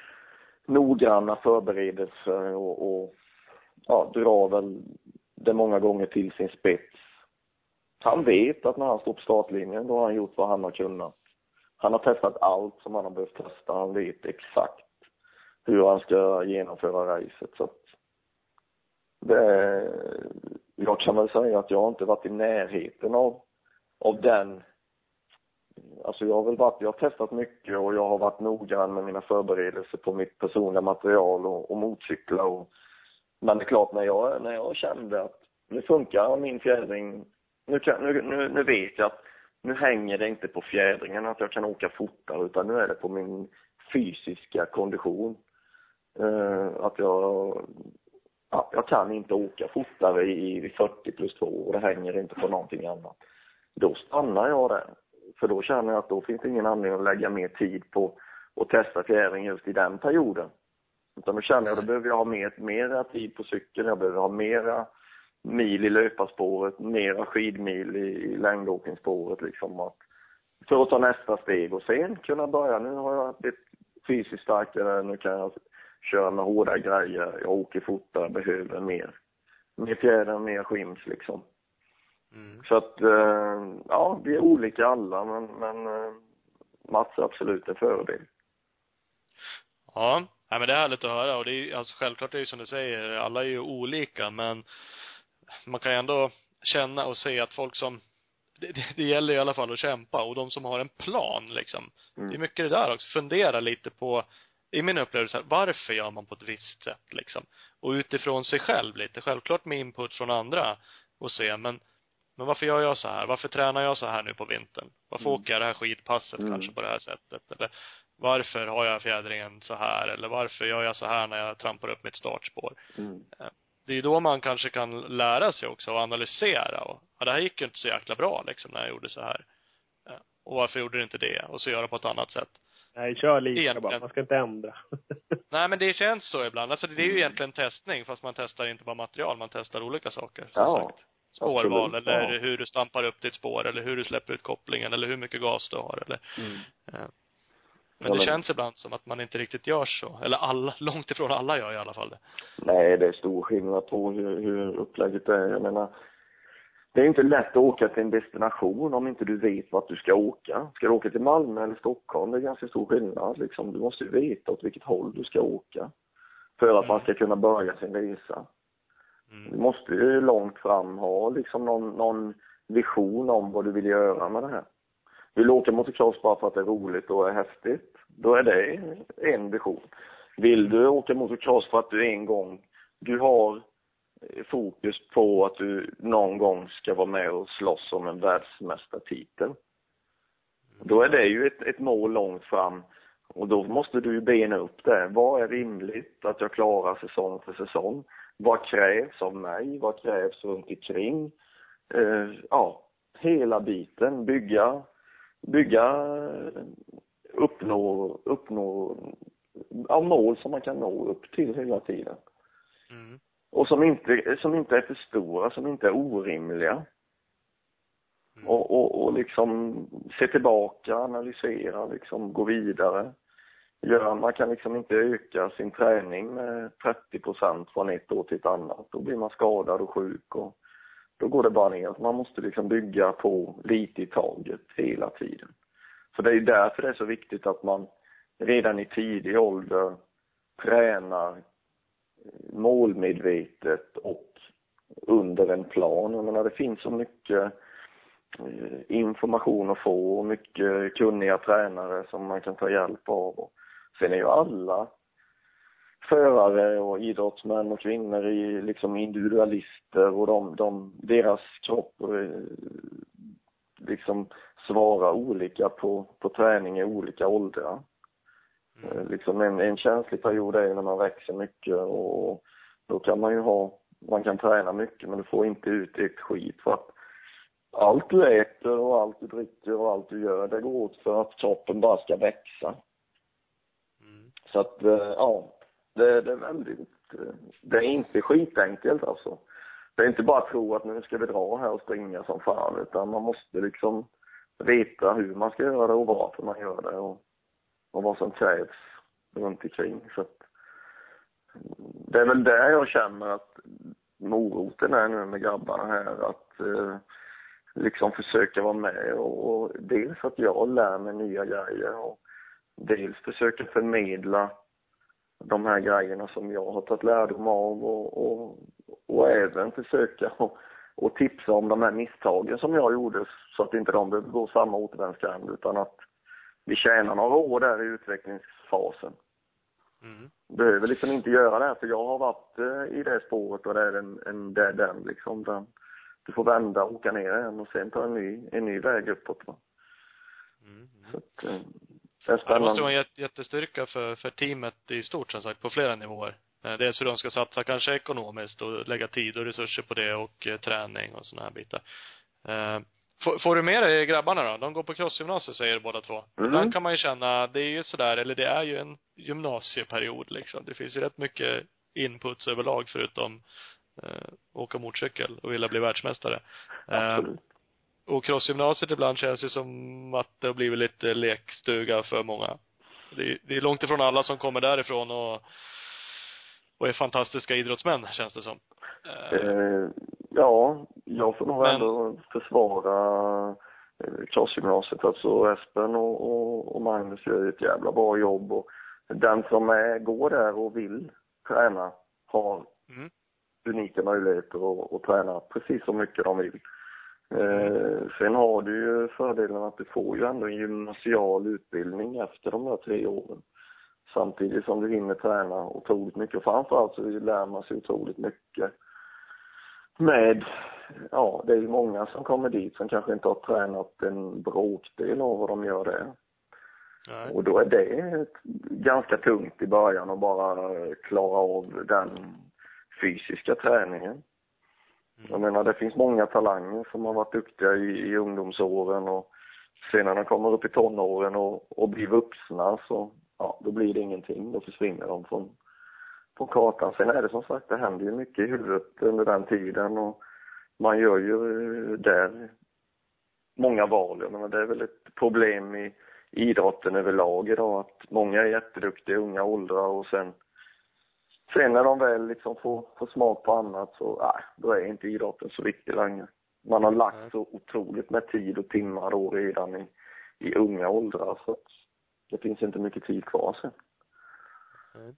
noggranna förberedelser och, och ja, drar väl det många gånger till sin spets. Han vet att när han står på startlinjen, då har han gjort vad han har kunnat. Han har testat allt som han har behövt testa. Han vet exakt hur han ska genomföra racet. Så att det är, jag kan väl säga att jag inte varit i närheten av, av den. Alltså jag har väl varit, jag har testat mycket och jag har varit noggrann med mina förberedelser på mitt personliga material och, och motorcyklar. Och, men det är klart, när jag, när jag kände att nu funkar min fjädring, nu, kan, nu, nu, nu vet jag att nu hänger det inte på fjädringen att jag kan åka fortare, utan nu är det på min fysiska kondition. Uh, att jag, ja, jag kan inte åka fortare i, i fyrtio plus två och det hänger inte på någonting annat. Då stannar jag där. För då känner jag att då finns det ingen anledning att lägga mer tid på att testa fjädring just i den perioden. Utan då känner jag att då behöver jag ha mer, mera tid på cykeln. Jag behöver ha mera mil i löparspåret, mera skidmil i, i längdåkningsspåret. Liksom att, för att ta nästa steg och sen kunna börja. Nu har jag blivit fysiskt starkare, nu kan jag köra med hårda grejer. Jag åker fortare, behöver mer. Mer fjäder, mer skims liksom. Mm. Så att, eh, ja, vi är olika alla, men, men eh, Mats är absolut en fördel. Ja, nej, men det är härligt att höra, och det är alltså självklart, det är ju som du säger, alla är ju olika, men man kan ju ändå känna och se att folk som, det, det gäller i alla fall att kämpa, och de som har en plan liksom, mm. det är mycket det där också, fundera lite på, i min upplevelse, varför gör man på ett visst sätt liksom, och utifrån sig själv lite, självklart med input från andra, och se, men Men varför gör jag så här? Varför tränar jag så här nu på vintern? Varför mm. åker jag det här skidpasset mm. kanske på det här sättet? Eller varför har jag fjädringen så här? Eller varför gör jag så här när jag trampar upp mitt startspår? Mm. Det är ju då man kanske kan lära sig också och analysera. Och, ja, det här gick ju inte så jäkla bra liksom när jag gjorde så här. Och varför gjorde det inte det? Och så göra på ett annat sätt. Nej, kör lika egentligen bara. Man ska inte ändra. Nej, men det känns så ibland. Alltså det är ju egentligen testning, fast man testar inte bara material. Man testar olika saker, som ja. sagt. Spårval, Absolut, eller ja. hur du stampar upp ditt spår, eller hur du släpper ut kopplingen, eller hur mycket gas du har, eller mm. ja. Men det känns ibland som att man inte riktigt gör så, eller alla, långt ifrån alla gör i alla fall det. Nej, det är stor skillnad på hur, hur upplägget är. Jag menar, det är inte lätt att åka till en destination om inte du vet vart du ska åka. Ska du åka till Malmö eller Stockholm, det är ganska stor skillnad liksom. Du måste ju veta åt vilket håll du ska åka för att mm. man ska kunna börja sin resa. Mm. Du måste ju långt fram ha liksom någon, någon vision om vad du vill göra med det här. Vill du åka motocross bara för att det är roligt och är häftigt, då är det en vision. Vill du åka motocross för att du en gång, du har fokus på att du någon gång ska vara med och slåss om en världsmästartitel, då är det ju ett, ett mål långt fram. Och då måste du ju bena upp det. Vad är rimligt att jag klarar säsong för säsong? Vad krävs av mig? Vad krävs runt omkring? Uh, ja, hela biten. Bygga, bygga, uppnå, uppnå ja, mål som man kan nå upp till hela tiden. Mm. Och som inte, som inte är för stora, som inte är orimliga. Mm. Och, och, och liksom se tillbaka, analysera, liksom gå vidare. Ja, man kan liksom inte öka sin träning med trettio procent från ett år till ett annat. Då blir man skadad och sjuk och då går det bara ner. Man måste liksom bygga på lite i taget hela tiden. Så det är därför det är så viktigt att man redan i tidig ålder tränar målmedvetet och under en plan. Jag menar, det finns så mycket information att få och mycket kunniga tränare som man kan ta hjälp av. Och sen är ju alla förare och idrottsmän och kvinnor i liksom individualister och de, de, deras kroppar liksom svarar olika på, på träning i olika åldrar. Mm. Liksom en, en känslig period är när man växer mycket och då kan man ju ha, man kan träna mycket men du får inte ut ett skit för att allt du äter och allt du dricker och allt du gör, det går åt för att kroppen bara ska växa. Mm. Så att, ja, det, det är väldigt, det är inte skitenkelt alltså. Det är inte bara att tro att nu ska vi dra här och springa som fan, utan man måste liksom veta hur man ska göra det och varför man gör det och, och vad som krävs runt omkring. Så att, det är väl där jag känner att moroten är nu med grabbarna här, att eh, liksom försöka vara med och, och dels att jag lär mig nya grejer och dels försöka förmedla de här grejerna som jag har tagit lärdom av och, och, och även försöka och, och tipsa om de här misstagen som jag gjorde så att inte de behöver gå samma återvändsgränd utan att vi tjänar några år där i utvecklingsfasen. Mm. Behöver liksom inte göra det här för jag har varit eh, i det spåret och det är en, en det är den liksom den, du får vända och åka ner igen och sen ta en ny, en ny väg uppåt va? Mm. Så att, eh, det är spännande. Det måste vara en jättestyrka för, för teamet i stort som sagt på flera nivåer. Dels hur de ska satsa kanske ekonomiskt och lägga tid och resurser på det och eh, träning och såna här bitar. Eh, får, får du med dig grabbarna då? De går på crossgymnasiet säger båda två. Mm. Ibland kan man ju känna, det är ju sådär, eller det är ju en gymnasieperiod liksom. Det finns ju rätt mycket inputs överlag förutom eh, åka motorcykel och vilja bli världsmästare. Eh, och crossgymnasiet ibland känns det som att det har blivit lite lekstuga för många. Det är, det är långt ifrån alla som kommer därifrån och, och är fantastiska idrottsmän känns det som. Eh, ja, jag får nog Men... ändå försvara crossgymnasiet. Alltså Espen och, och, och Magnus gör ett jävla bra jobb och den som är, går där och vill träna har mm. unika möjligheter att, att träna precis så mycket de vill. Eh, sen har du ju fördelen att du får ju ändå en gymnasial utbildning efter de här tre åren. Samtidigt som du hinner träna otroligt mycket. Och framförallt så lär man sig otroligt mycket med, ja det är ju många som kommer dit som kanske inte har tränat en bråkdel av vad de gör där. Nej. Och då är det ganska tungt i början att bara klara av den fysiska träningen. Jag menar, det finns många talanger som har varit duktiga i, i ungdomsåren och sen när de kommer upp i tonåren och, och blir vuxna så, ja, då blir det ingenting. Då försvinner de från, från kartan. Sen är det som sagt, det händer ju mycket i huvudet under den tiden och man gör ju där många val. Jag menar, det är väl ett problem i idrotten överlag idag att många är jätteduktiga i unga åldrar och sen Sen när de väl liksom får, får smak på annat så äh, då är inte idrotten så viktig längre. Man har lagt så otroligt med tid och timmar då redan i, i unga åldrar så det finns inte mycket tid kvar sen. Mm.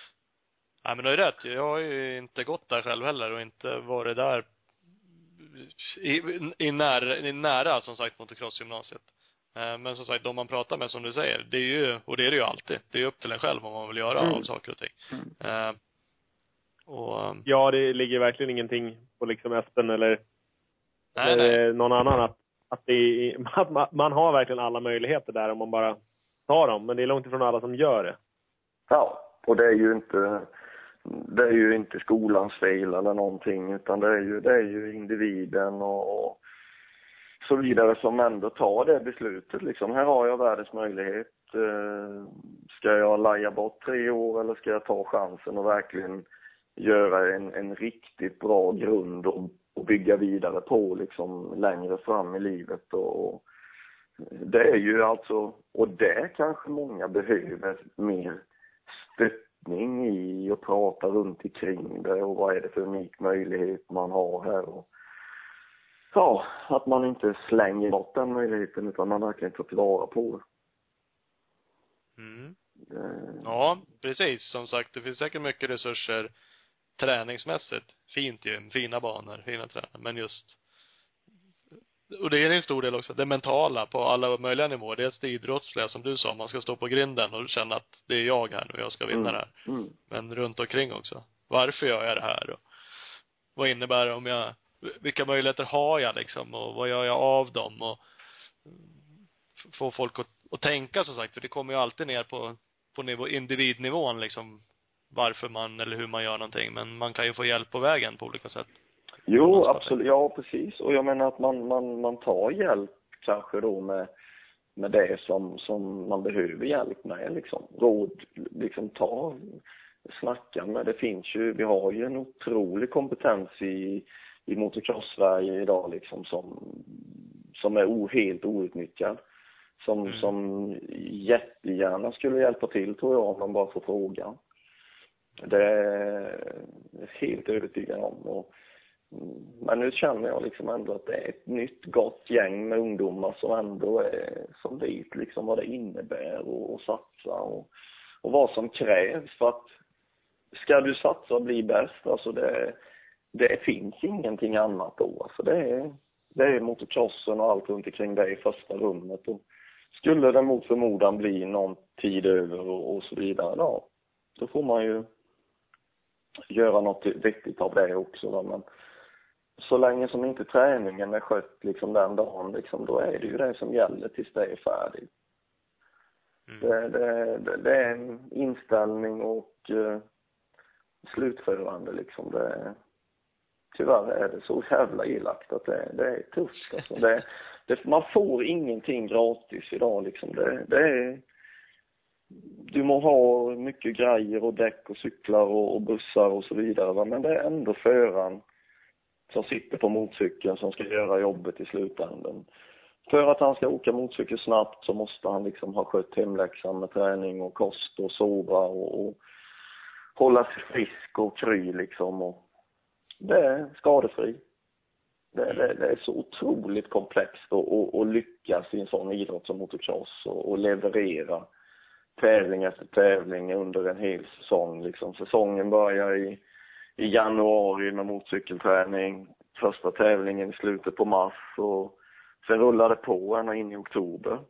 Ja, men du är rätt. Jag har ju inte gått där själv heller och inte varit där i, i, nära, i nära som sagt motocrossgymnasiet. Eh, men som sagt, de man pratar med, som du säger, det är ju, och det är det ju alltid, det är upp till en själv vad man vill göra mm. av saker och ting. Mm. Eh, och, ja, det ligger verkligen ingenting på liksom Espen eller, nej, eller nej. någon annan att, att, det är, att man, man har verkligen alla möjligheter där om man bara tar dem, men det är långt ifrån alla som gör det. Ja, och det är ju inte det är ju inte skolans fel eller någonting, utan det är ju, det är ju individen och, och så vidare som ändå tar det beslutet. Liksom, här har jag världens möjlighet. Ska jag laja bort tre år eller ska jag ta chansen och verkligen göra en, en riktigt bra grund och, och bygga vidare på liksom längre fram i livet. Och, och det är ju alltså, och det kanske många behöver mer stöttning i och prata runt omkring det och vad är det för unik möjlighet man har här och ja, att man inte slänger bort den möjligheten utan man verkligen tar tillvara på det. Mm. Ja, precis. Som sagt, det finns säkert mycket resurser träningsmässigt. Fint ju, fina banor, fina tränare. Men just, och det är en stor del också, det mentala på alla möjliga nivåer. Dels det idrottsliga som du sa, man ska stå på grinden och känna att det är jag här nu, jag ska vinna mm. det här. Mm. Men runt omkring också. Varför gör jag det här? Och vad innebär det om jag, vilka möjligheter har jag liksom? Och vad gör jag av dem? Och få folk att, att tänka som sagt, för det kommer ju alltid ner på, på nivå, individnivån liksom, varför man eller hur man gör någonting, men man kan ju få hjälp på vägen på olika sätt. Jo, absolut, ja precis, och jag menar att man, man, man tar hjälp kanske då med, med det som, som man behöver hjälp med liksom, råd, liksom ta snacka med, det finns ju, vi har ju en otrolig kompetens i, i motocross-Sverige idag liksom som, som är o, helt outnyttjad. Som, mm. som jättegärna skulle hjälpa till tror jag om man bara får fråga. Det är jag helt övertygad om. Och, men nu känner jag liksom ändå att det är ett nytt gott gäng med ungdomar som ändå är, som vet liksom vad det innebär och, och satsa och, och vad som krävs för att ska du satsa och bli bäst, alltså det, det finns ingenting annat då. Alltså det är, det är motocrossen och allt runt omkring det i första rummet. Och skulle det mot förmodan bli någon tid över och, och så vidare, ja, då får man ju göra något vettigt av det också. Då. Men så länge som inte träningen är skött liksom den dagen, liksom, då är det ju det som gäller tills det är färdigt. Mm. Det, det, det, det är en inställning och uh, slutförande liksom. Det, tyvärr är det så jävla elakt att det, det är tufft. Alltså. Det, det, man får ingenting gratis idag liksom. Det, det är, du må ha mycket grejer och däck och cyklar och, och bussar och så vidare. Va? Men det är ändå föraren som sitter på motorcykeln som ska göra jobbet i slutändan. För att han ska åka motorcykel snabbt så måste han liksom ha skött hemläxan med träning och kost och sova och, och hålla sig frisk och kry liksom. Och det är skadefri. Det, det, det är så otroligt komplext att lyckas i en sån idrott som motocross och, och leverera tävling efter tävling under en hel säsong. Liksom. Säsongen börjar i, i januari med motorcykelträning. Första tävlingen i slutet på mars och sen rullar det på ända in i oktober.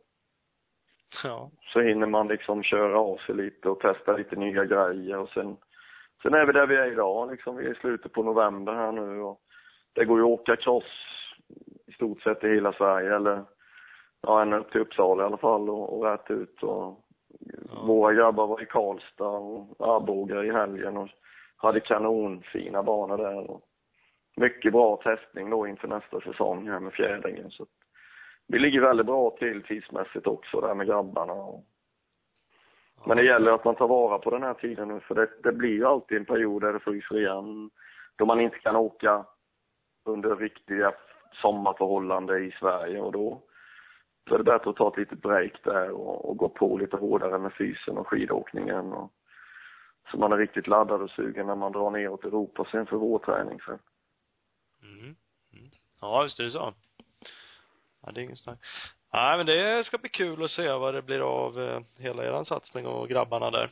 Ja. Så hinner man liksom köra av sig lite och testa lite nya grejer och sen, sen är vi där vi är idag. Liksom. Vi är i slutet på november här nu och det går ju att åka cross i stort sett i hela Sverige eller ja, ända upp till Uppsala i alla fall och, och rätt ut och ja. Våra grabbar var i Karlstad och Arboga i helgen och hade kanonfina banor där och mycket bra testning då inför nästa säsong här med fjädringen så vi ligger väldigt bra till tidsmässigt också där med grabbarna och... ja. Men det gäller att man tar vara på den här tiden nu för det, det blir ju alltid en period där det fryser igen då man inte kan åka under riktiga sommarförhållanden i Sverige och då så är det bättre att ta ett litet break där och, och gå på lite hårdare med fysen och skidåkningen och, så man är riktigt laddad och sugen när man drar ner åt Europa sen för vårträning sen. Mm. Mm. Ja, visst är det så. Ja, det är inget snack. Nej, men det ska bli kul att se vad det blir av eh, hela eran satsning och grabbarna där.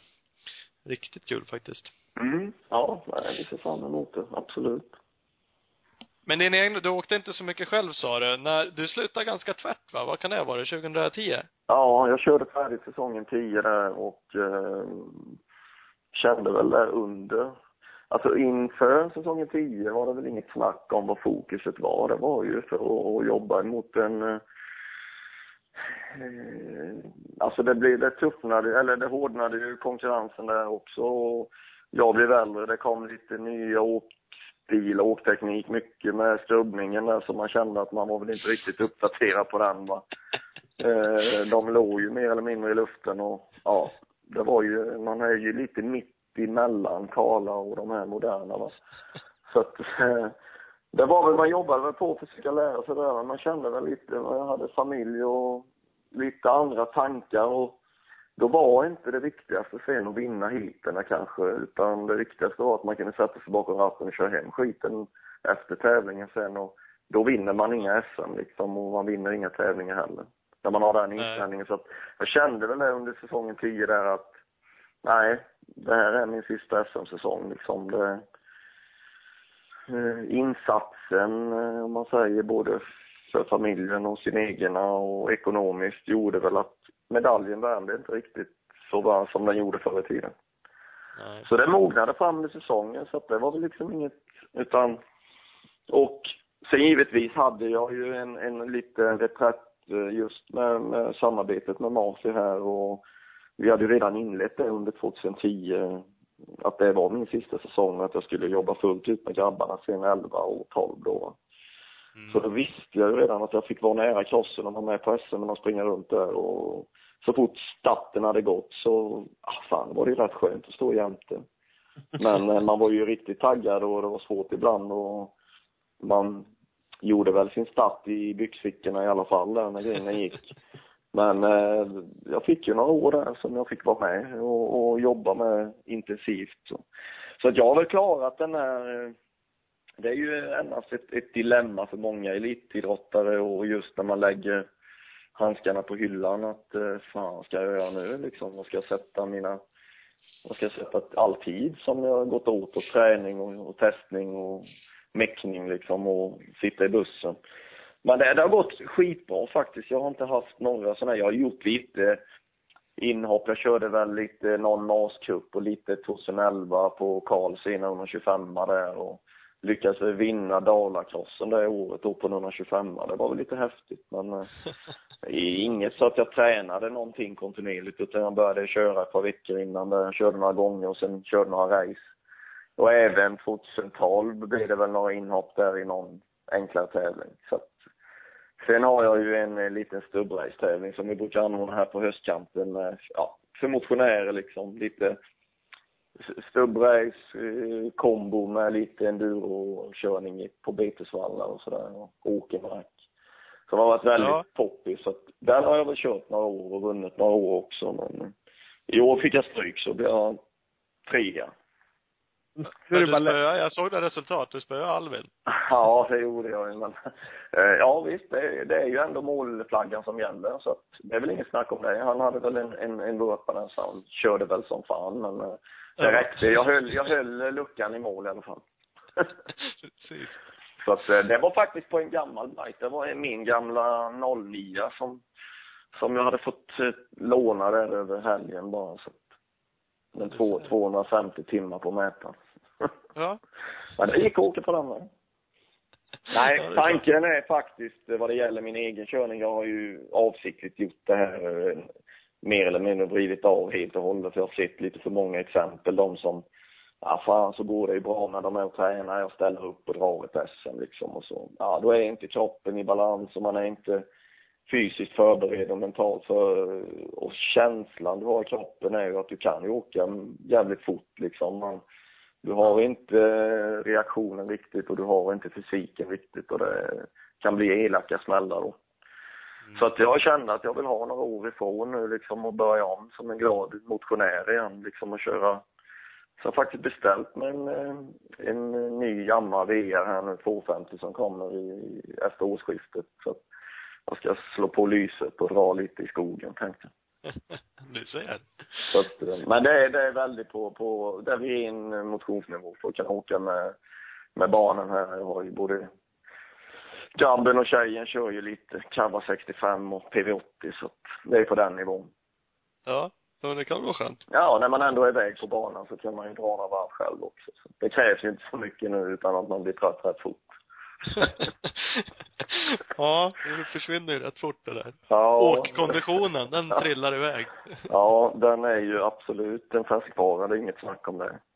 Riktigt kul faktiskt. Mm. Ja, nej, vi ser fram emot det, absolut. Men din egen, du åkte inte så mycket själv, sa du. När du slutade ganska tvärt, va? Vad kan det vara? tjugohundratio? Ja, jag körde färdigt säsongen tio där och eh, kände väl där under. Alltså inför säsongen tio var det väl inget snack om vad fokuset var. Det var ju för att, att jobba mot en... Eh, alltså det blev det tuffnade, eller det hårdnade ju konkurrensen där också. Och jag blev äldre, det kom lite nya åkstil och åkteknik, mycket med skrubbningen där, så man kände att man var väl inte riktigt uppdaterad på den, va. Eh, de låg ju mer eller mindre i luften och ja, det var ju, man är ju lite mitt emellan Kala och de här moderna, va. Så att eh, det var väl, man jobbade väl på att försöka lära sig där, man kände väl lite, jag hade familj och lite andra tankar, och då var inte det viktigaste sen att vinna heaterna kanske, utan det viktigaste var att man kunde sätta sig bakom ratten och köra hem skiten efter tävlingen sen, och då vinner man inga S M liksom, och man vinner inga tävlingar heller när man har den inställningen. Så att jag kände väl det under säsongen tio där att nej, det här är min sista S M-säsong liksom. Det, eh, insatsen, eh, om man säger, både för familjen och sin egna och ekonomiskt, gjorde väl att medaljen värmde inte riktigt så bra som den gjorde förr i tiden. Nej. Så det mognade fram i säsongen, så att det var väl liksom inget, utan, och sen givetvis hade jag ju en, en liten reträtt just med, med samarbetet med Masi här, och vi hade ju redan inlett det under tjugohundratio, att det var min sista säsong, att jag skulle jobba fullt ut med grabbarna sen elva och tolv då. Mm. Så då visste jag ju redan att jag fick vara nära krossen och vara med på S M och springa runt där, och så fort starten hade gått så, ah, fan, var det rätt skönt att stå jämte. Men man var ju riktigt taggad och det var svårt ibland, och man gjorde väl sin start i byxfickorna i alla fall där när grejen gick. Men eh, jag fick ju några år där som jag fick vara med och, och jobba med intensivt. Så, så att jag har väl klarat den här, det är ju endast ett, ett dilemma för många elitidrottare, och just när man lägger handskarna på hyllan, att eh, fan ska jag göra nu liksom, vad ska jag sätta mina, vad ska jag sätta all tid som jag har gått åt på träning och, och testning och mäckning liksom, och sitta i bussen. Men det, det har gått skitbra faktiskt. Jag har inte haft några sådana. Jag har gjort lite inhopp. Jag körde väl lite någon Mars-cup och lite tjugoelva på Karls etthundratjugofem där, och lyckades vinna Dalakrossen det året då på etthundratjugofem. Det var väl lite häftigt, men äh, inget så att jag tränade någonting kontinuerligt, utan jag började köra ett par veckor innan. Jag körde några gånger och sen körde några race. Och även tjugotolv blev det väl några inhopp där i någon enklare tävling. Så att, sen har jag ju en, en liten stubbrace-tävling som vi brukar anordna här på höstkanten med, ja, för motionärer liksom. Lite stubbrace, eh, kombo med lite enduro-körning på betesvallar och sådär. Och åkermark. Som har varit väldigt ja. poppig. Så att, där har jag väl kört några år och vunnit några år också. Men i år fick jag stryk, så blev jag trea. Du spöade, jag såg det resultat, du spöade Alvin. Ja, det gjorde jag. Men, ja visst, det, det är ju ändå målflaggan som gäller, så att det är väl inget snack om det. Han hade väl en, en, en vurpa, så han körde väl som fan, men det räckte. Jag höll, jag höll luckan i mål i alla fall. Så att det var faktiskt på en gammal bike. Det var min gamla noll nio som, som jag hade fått låna där över helgen bara, så men två, tvåhundrafemtio timmar på mätaren. Ja. Men det gick att åka på den här. Nej, ja, tanken är faktiskt vad det gäller min egen körning. Jag har ju avsiktligt gjort det här eh, mer eller mindre vrivit av helt och hållet. För jag har sett lite för många exempel. De som, ja fan så går det ju bra när de är och tränar. Jag ställer upp och drar ett S M liksom och så. Ja, då är inte kroppen i balans och man är inte fysiskt förberedd och mentalt för, och känslan du har i kroppen är ju att du kan ju åka jävligt fort liksom. Man, du har inte reaktionen riktigt och du har inte fysiken riktigt, och det kan bli elaka smällar då. Mm. Så att jag kände att jag vill ha några år ifrån nu liksom och börja om som en glad motionär igen liksom och köra. Så jag har faktiskt beställt med en, en ny Yamaha V R här nu, tvåhundrafemtio, som kommer i, efter årsskiftet. Så att jag ska slå på lyset och dra lite i skogen, tänkte jag. Du ser. Så att, men det är, det är väldigt på, på där vi är en motionsnivå för att kunna åka med, med barnen här. Jag har ju både grabben och tjejen kör ju lite Kava sextiofem och P V åttio, så att det är på den nivån. Ja, det kan vara skönt. Ja, när man ändå är iväg på banan så kan man ju dra några varv själv också. Så det krävs ju inte så mycket nu utan att man blir trött rätt fort. Ja, det försvinner ju rätt fort det där. Ja. Åkkonditionen, den trillar iväg. Ja, den är ju absolut en färskvara, det är inget snack om det.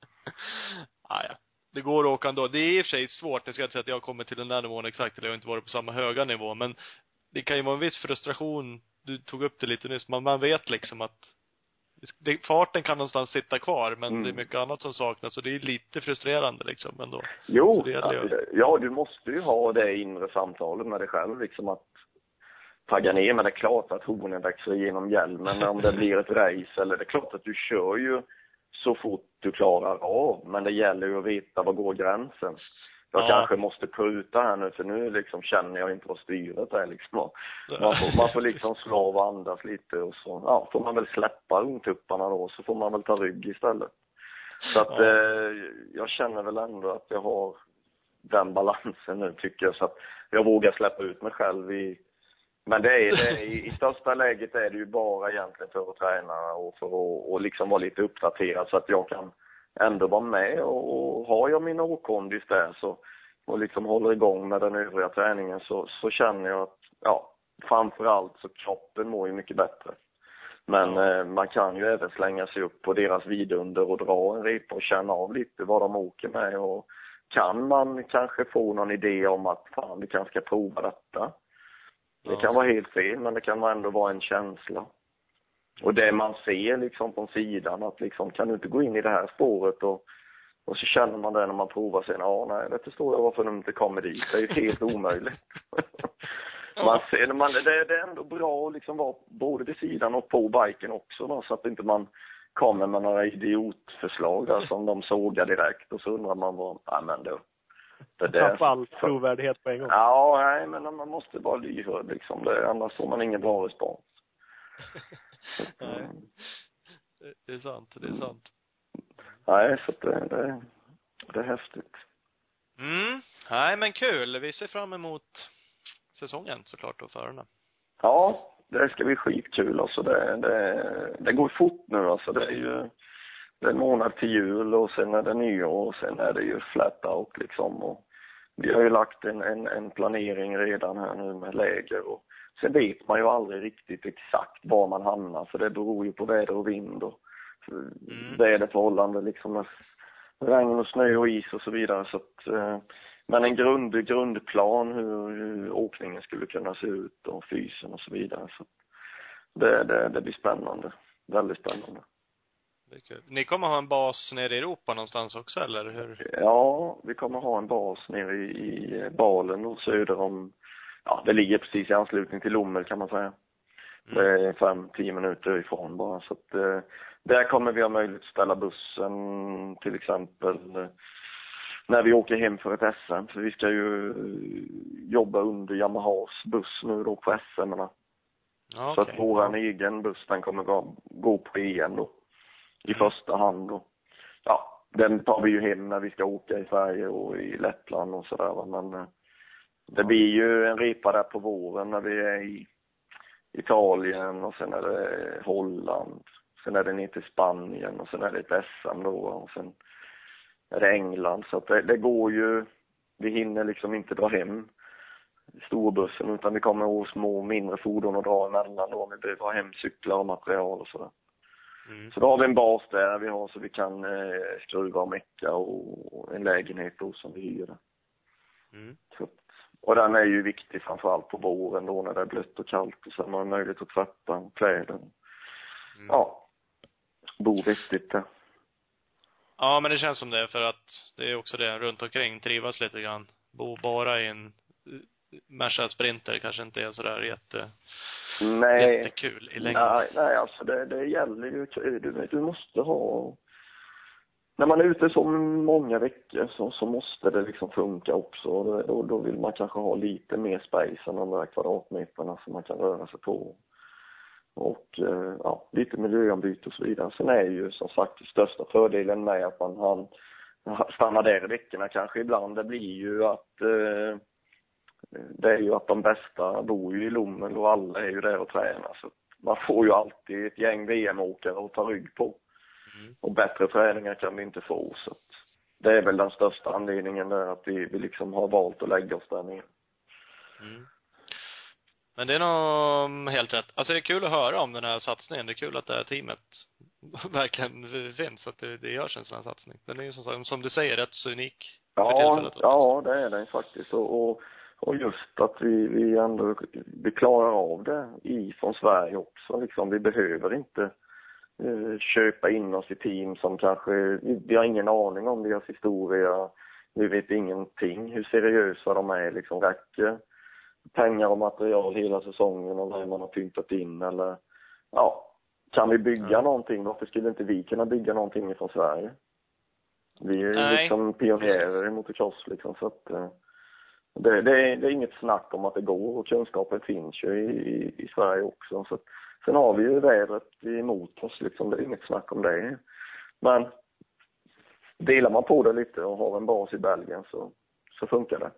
Ah, ja. Det går att åka ändå. Det är i och för sig svårt. Jag ska inte säga att jag har kommit till den där nivån exakt, eller jag har inte varit på samma höga nivå, men det kan ju vara en viss frustration. Du tog upp det lite nyss. Man, man vet liksom att det, farten kan någonstans sitta kvar, men mm. det är mycket annat som saknas, och det är lite frustrerande liksom ändå. Jo, det ja, det, ja, du måste ju ha det inre samtalet med dig själv liksom, att tagga ner. Men det är klart att hornen växer igenom hjälmen om det blir ett race, eller det är klart att du kör ju så fort du klarar av, men det gäller ju att veta vad går gränsen. Jag ja. kanske måste pruta här nu, för nu liksom känner jag inte vad styret är liksom. Man får, man får liksom slå och andas lite, och så ja, får man väl släppa ungtupparna då, så får man väl ta rygg istället. Så att ja. eh, jag känner väl ändå att jag har den balansen nu, tycker jag, så att jag vågar släppa ut mig själv i. Men det är, det är i, i största läget är det ju bara egentligen för att träna och för att och liksom vara lite uppdaterad, så att jag kan ändå vara med, och, och har jag mina åkondis där så, och liksom håller igång med den övriga träningen, så, så känner jag att ja, framförallt så kroppen mår ju mycket bättre. Men ja. eh, man kan ju även slänga sig upp på deras vidunder och dra en repa och känna av lite vad de åker med, och kan man kanske få någon idé om att fan, vi kanske ska prova detta. Det kan vara helt fel, men det kan ändå vara en känsla. Och det man ser liksom på sidan, att liksom, kan du inte gå in i det här spåret, och, och så känner man det när man provar sen, ja nej, det förstår jag varför de inte kommer dit. Det är ju helt omöjligt. Man ser, man, det, det är ändå bra att liksom vara både vid sidan och på biken också då, så att inte man kommer med några idiotförslag där, som de sågar direkt, och så undrar man vad, ja men då. Det där all trovärdighet på en gång. Ja, nej, men man måste vara lyhörd liksom. Det, annars får man ingen bra respons. Nej, det är sant, det är sant. Nej, så det, det, det är häftigt. Mm, nej men kul. Vi ser fram emot säsongen såklart och förarna. Ja, det ska bli skitkul alltså. Det, det, det går fort nu alltså. Det är ju det är en månad till jul, och sen är det nyår, och sen är det ju flat out liksom. Och vi har ju lagt en, en, en planering redan här nu med läger, och sen vet man ju aldrig riktigt exakt var man hamnar, för det beror ju på väder och vind och mm. väderförhållande liksom, med regn och snö och is och så vidare, så att, eh, men en grund, grundplan hur, hur åkningen skulle kunna se ut och fysen och så vidare, så det, det, det blir spännande, väldigt spännande. Ni kommer ha en bas nere i Europa någonstans också, eller hur? Ja, vi kommer ha en bas nere i, i Balen och söder om, ja, det ligger precis i anslutning till Lommel kan man säga. Mm. Det är fem, tio minuter ifrån bara, så att eh, där kommer vi ha möjlighet att ställa bussen till exempel eh, när vi åker hem för ett S M, för vi ska ju eh, jobba under Yamahas buss nu då på S M-erna. Okay. Så att våran egen buss, den kommer gå, gå på E M då. I första hand då. Ja, den tar vi ju hem när vi ska åka i Sverige och i Lettland och sådär. Men eh, det blir ju en repa där på våren när vi är i Italien, och sen är det Holland. Sen är det ner till Spanien, och sen är det ett S M då, och sen är det England. Så att det, det går ju, vi hinner liksom inte dra hem storbussen, utan vi kommer åt små mindre fordon och dra emellan då. Vi behöver ha hem cyklar och material och sådär. Mm. Så då har vi en bas där vi har, så vi kan eh, skruva och mecka, och en lägenhet då som vi hyr där. Mm. Så, och den är ju viktig framförallt på våren då när det är blött och kallt, och så har man möjlighet att tvätta kläder. Mm. Ja, bo vettigt där. Ja, men det känns som det, för att det är också det runt omkring, trivas lite grann. Bo bara i en Merca Sprinter kanske inte är sådär jätte, nej, jättekul i längden. Nej, nej alltså det, det gäller ju, du, du måste ha, när man är ute så många veckor så, så måste det liksom funka också. Då, då vill man kanske ha lite mer space än de där kvadratmeterna som man kan röra sig på. Och ja, lite miljöombyte och så vidare. Sen är ju som sagt största fördelen med att man har stannar där i veckorna kanske ibland, det blir ju att eh, det är ju att de bästa bor ju i Lommel och alla är ju där och tränar. Så man får ju alltid ett gäng V M-åkare att ta rygg på. Mm. Och bättre träningar kan vi inte få. Så att det är väl den största anledningen där, att vi, vi liksom har valt att lägga oss där nere. Mm. Men det är nog helt rätt. Alltså det är kul att höra om den här satsningen. Det är kul att det här teamet verkligen finns, att det, det görs en sån här satsning. Den är ju som, som du säger rätt så unik ja, för tillfället. Ja, det är den faktiskt. Och, och, och just att vi, vi ändå vi klarar av det i från Sverige också. Liksom, vi behöver inte eh, köpa in oss i team som kanske, vi, vi har ingen aning om deras historia. Vi vet ingenting hur seriösa de är. Liksom, räcker pengar och material hela säsongen och vad man har pyntat in, eller ja, kan vi bygga ja. någonting? Varför skulle inte vi kunna bygga någonting från Sverige? Vi är ju liksom pionjärer i motocross liksom, så att det, det, är, det är inget snack om att det går, och kunskapen finns ju i, i, i Sverige också. Så att, sen har vi ju vädret emot oss liksom, det är inget snack om det. Men delar man på det lite och har en bas i Belgien så, så funkar det.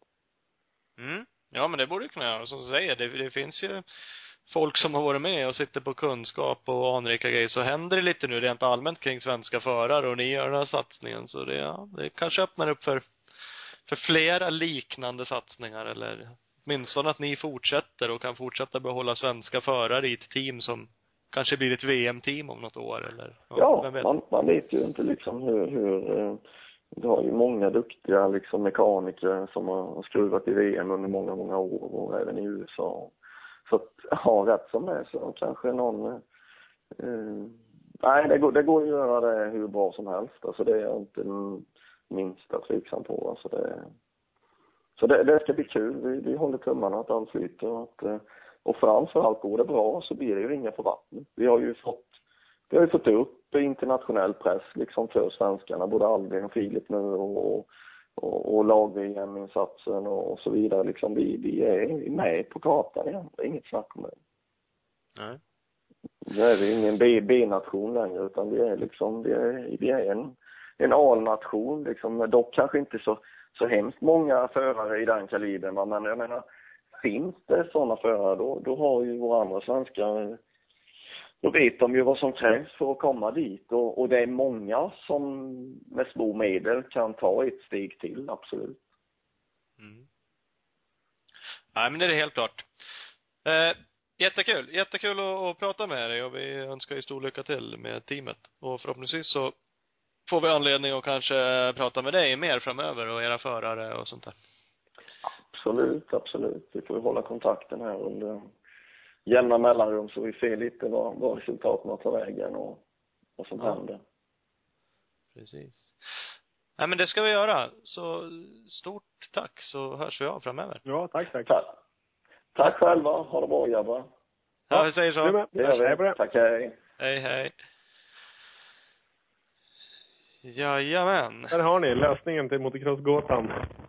Mm. Ja, men det borde kunna göra. Som du säger, det, det finns ju folk som har varit med och sitter på kunskap och anrika grejer. Så händer det lite nu rent allmänt kring svenska förare, och ni gör den här satsningen. Så det, ja, det kanske öppnar upp för, för flera liknande satsningar. Eller åtminstone att ni fortsätter och kan fortsätta behålla svenska förare i ett team som kanske blir ett V M-team om något år. Eller, ja, ja vem vet? Man, man vet ju inte liksom hur... hur det har ju många duktiga liksom mekaniker som har skruvat i V M under många, många år, och även i U S A. Så att ha rätt som det så kanske någon... Eh, nej, det går, det går att göra det hur bra som helst. Alltså det är jag inte minsta tveksam på. Alltså det, så det, det ska bli kul. Vi, vi håller tummarna att allt flyter. Och, att, och framförallt går det bra så blir det ju ringa på vattnet. Vi har ju fått Vi har ju fått upp internationell press liksom för svenskarna, både Albin och Filip nu, och, och, och lag-V M-insatsen och, och så vidare. Liksom vi, vi är med på kartan igen. Det är inget snack om det. Nej. Nu är vi ingen B, B-nation längre, utan vi är liksom, vi är, vi är en, en A-nation liksom. Dock kanske inte så, så hemskt många förare i den kalibern, men jag menar, finns det sådana förare då, då har ju våra andra svenskar, då vet de ju vad som krävs för att komma dit. Och, och det är många som med små medel kan ta ett steg till, absolut. Mm. Nej, men det är helt klart. Eh, jättekul. Jättekul att, att prata med dig, och vi önskar ju stor lycka till med teamet. Och förhoppningsvis så får vi anledning att kanske prata med dig mer framöver och era förare och sånt där. Absolut, absolut. Vi får hålla kontakten här under jämna mellanrum så vi ser lite vad, vad resultaten tar vägen och vad som ja. händer. Precis. Nej, men det ska vi göra. Så stort tack, så hörs vi av framöver. Ja, tack, tack. Tack, tack själva. Ha det bra, grabbar. Ja, vi säger så. Det gör vi. Tack, hej. Hej, hej. Jajamän. Där har ni lösningen till motocross-gåtan.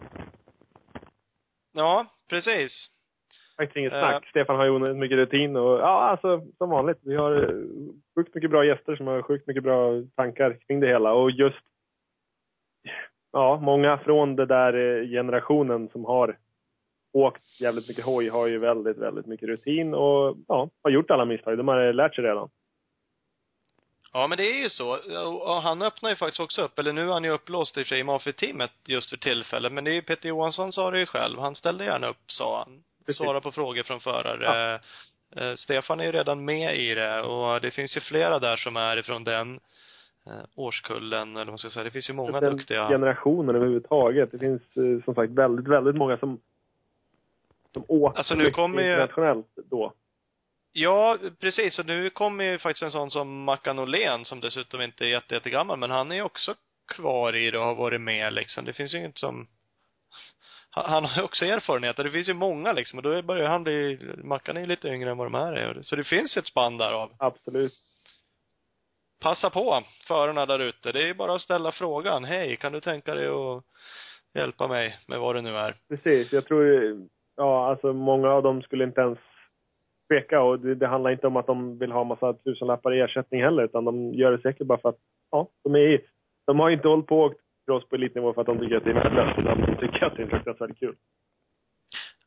Ja, precis. Faktiskt inget snack. Uh, Stefan har ju mycket rutin och ja, alltså som vanligt. Vi har sjukt mycket bra gäster som har sjukt mycket bra tankar kring det hela. Och just ja, många från det där generationen som har åkt jävligt mycket hoj har ju väldigt, väldigt mycket rutin och ja, har gjort alla misstag. De har lärt sig redan. Ja, men det är ju så. Och han öppnar ju faktiskt också upp, eller nu är han ju upplåst i sig i Mafia-teamet just för tillfället. Men det är ju Peter Johansson sa det ju själv. Han ställde gärna upp, sa han. Svara på frågor från förare. Ja. Eh, Stefan är ju redan med i det, och det finns ju flera där som är ifrån den eh, årskullen, eller vad man ska säga. Det finns ju många den duktiga generationen överhuvudtaget. Det finns eh, som sagt väldigt, väldigt många som som åker alltså, nu kommer ju internationellt då. Ja, precis. Och nu kommer ju faktiskt en sån som Mackan Åhlén, som dessutom inte är jätte, jättegammal, men han är ju också kvar i det och har varit med liksom. Det finns ju inget som han har också erfarenhet. Det finns ju många liksom, och då börjar han bli, Mackan är ju lite yngre än vad de här är. Så det finns ett spann där av. Absolut. Passa på förarna där ute. Det är bara att ställa frågan. Hej, kan du tänka dig att hjälpa mig med vad det nu är? Precis, jag tror ja, alltså många av dem skulle inte ens tveka, och det, det handlar inte om att de vill ha massa tusenlappar i ersättning heller, utan de gör det säkert bara för att ja, de är de har inte hållit på och cross på elitnivå för att de tycker att det är värdelöst, utan de tycker att det är fruktansvärt kul.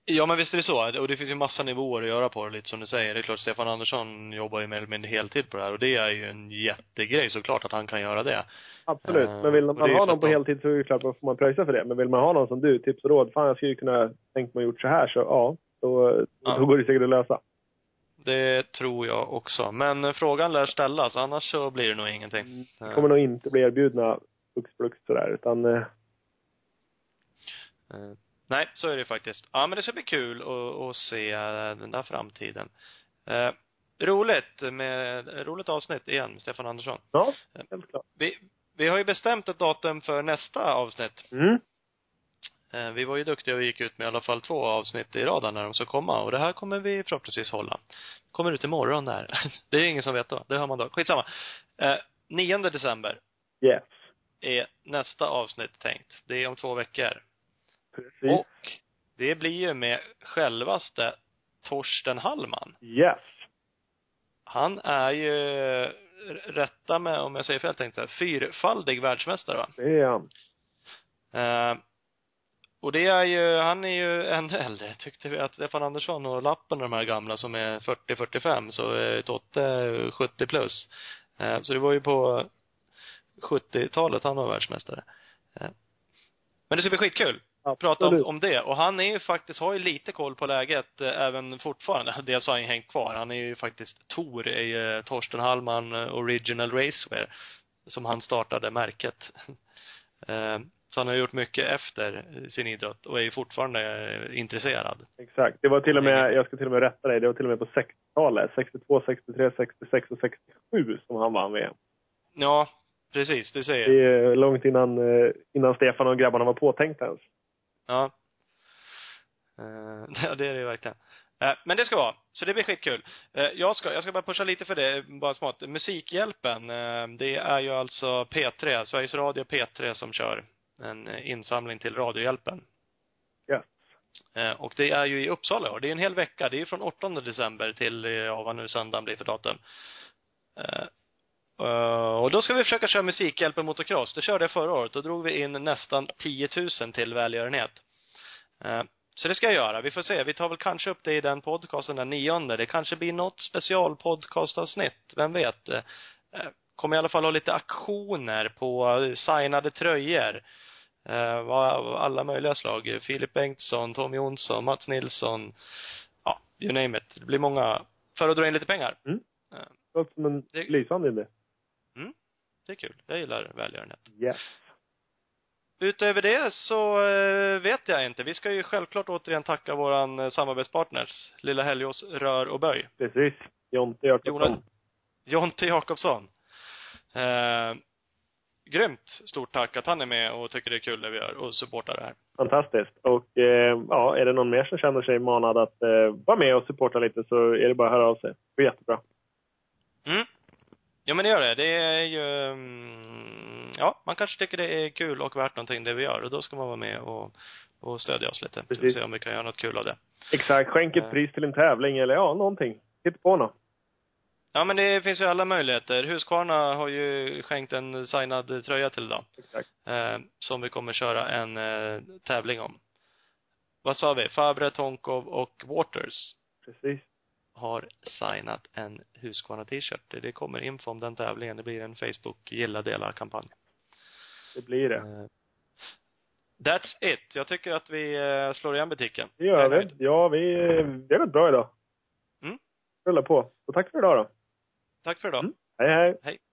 Ja, men visst är det så. Och det finns ju massa nivåer att göra på det, lite som du säger. Det är klart, Stefan Andersson jobbar ju mer eller mindre heltid på det här. Och det är ju en jättegrej, såklart, att han kan göra det. Absolut. Men vill man ha någon på heltid så är det klart att får man pröjsa för det. Men vill man ha någon som du, tips och råd, fan jag skulle kunna tänkt mig gjort så här, så ja, då, ja. då går det säkert att lösa. Det tror jag också. Men frågan lär ställas, annars så blir det nog ingenting. Mm. Det kommer nog inte bli erbjudna flux flux sådär, utan... Uh... Uh. Nej, så är det faktiskt. Ja, men det ska bli kul att, att se den där framtiden. Eh, roligt med, roligt avsnitt igen med Stefan Andersson. Ja, helt klart. Vi, vi har ju bestämt ett datum för nästa avsnitt. Mm. Eh, vi var ju duktiga och gick ut med i alla fall två avsnitt i raden när de ska komma. Och det här kommer vi förhoppningsvis hålla. Kommer ut imorgon där. Det är ingen som vet då. Det hör man då. Skitsamma. Eh, nionde december. Yes. Är nästa avsnitt tänkt. Det är om två veckor. Precis. Och det blir ju med självaste Torsten Hallman. Yes. Han är ju, rätta med om jag säger fel, tänkte jag, fyrfaldig världsmästare, va? Det är han. Uh, och det är ju, han är ju ännu äldre. Tyckte vi att Stefan Andersson och Lappen, de här gamla som är fyrtio till fyrtiofem, så är Totte sjuttio plus. Uh, så det var ju på sjuttiotalet han var världsmästare. Uh, men det ska bli skitkul. Prata om, om det. Och han är ju faktiskt, har ju lite koll på läget eh, även fortfarande. Dels har han hängt kvar. Han är ju faktiskt Tor i eh, Torsten Hallman Original Racewear, som han startade märket. eh, så han har gjort mycket efter sin idrott och är ju fortfarande eh, intresserad. Exakt. Det var till och med, jag ska till och med rätta dig, det var till och med på sextiotalet. sextiotvå, sextiotre, sextiosex och sextiosju som han vann V M. Ja, precis. Du säger. Det är långt innan, innan Stefan och grabbarna var påtänkta ens. Ja. Uh, det är det verkligen. Uh, men det ska vara. Så det blir skitkul. Uh, jag ska jag ska bara pusha lite för det, bara smått. Musikhjälpen, uh, det är ju alltså P tre, Sveriges Radio P tre, som kör en insamling till Radiohjälpen. Ja. Uh, och det är ju i Uppsala år. Det är en hel vecka. Det är ju från åttonde december till, ja, vad nu söndagen blir för datum. Uh, Uh, och då ska vi försöka köra Musikhjälpen motocross. Det körde jag förra året. Då drog vi in nästan tio tusen till välgörenhet. Uh, så det ska jag göra. Vi får se. Vi tar väl kanske upp det i den podcasten den nionde. Det kanske blir något special podcastavsnitt. Vem vet. Uh, kommer i alla fall ha lite aktioner på signade tröjor. Uh, alla möjliga slag. Filip Bengtsson, Tom Jonsson, Mats Nilsson. Ja, you name it. Det blir många för att dra in lite pengar. Mm. Uh, det låter som en det... lysande idé. Mm, det är kul. Jag gillar välgörenhet. Yes. Utöver det så eh, vet jag inte. Vi ska ju självklart återigen tacka våran eh, samarbetspartners, Lilla Helgås Rör och Böj. Precis. Jonte Jakobsson. Jonte Jakobsson. Eh, grymt stort tack att han är med och tycker det är kul det vi gör och supportar det här. Fantastiskt. Och eh, ja, är det någon mer som känner sig manad att eh, vara med och supporta lite, så är det bara att höra av sig. Det är jättebra. Mm. Ja, men det gör det. Det är ju... Ja, man kanske tycker det är kul och värt någonting det vi gör. Och då ska man vara med och, och stödja oss lite. Precis. Så se om vi kan göra något kul av det. Exakt. Skänk ett pris till en tävling eller ja, någonting. Titta på något. Ja, men det finns ju alla möjligheter. Husqvarna har ju skänkt en signad tröja till idag. Exakt. Eh, som vi kommer köra en eh, tävling om. Vad sa vi? Fabre, Tonkov och Waters. Precis. Har signat en Husqvarna t-shirt. Det kommer info om den tävlingen. Det blir en Facebook gilla dela kampanj. Det blir det. Uh, that's it. Jag tycker att vi uh, slår igen butiken. Det gör vi. Ja, vi, vi har gått bra idag. Mm. Rulla på. Och tack för idag då. Tack för idag. Mm. Hej, hej. Hej.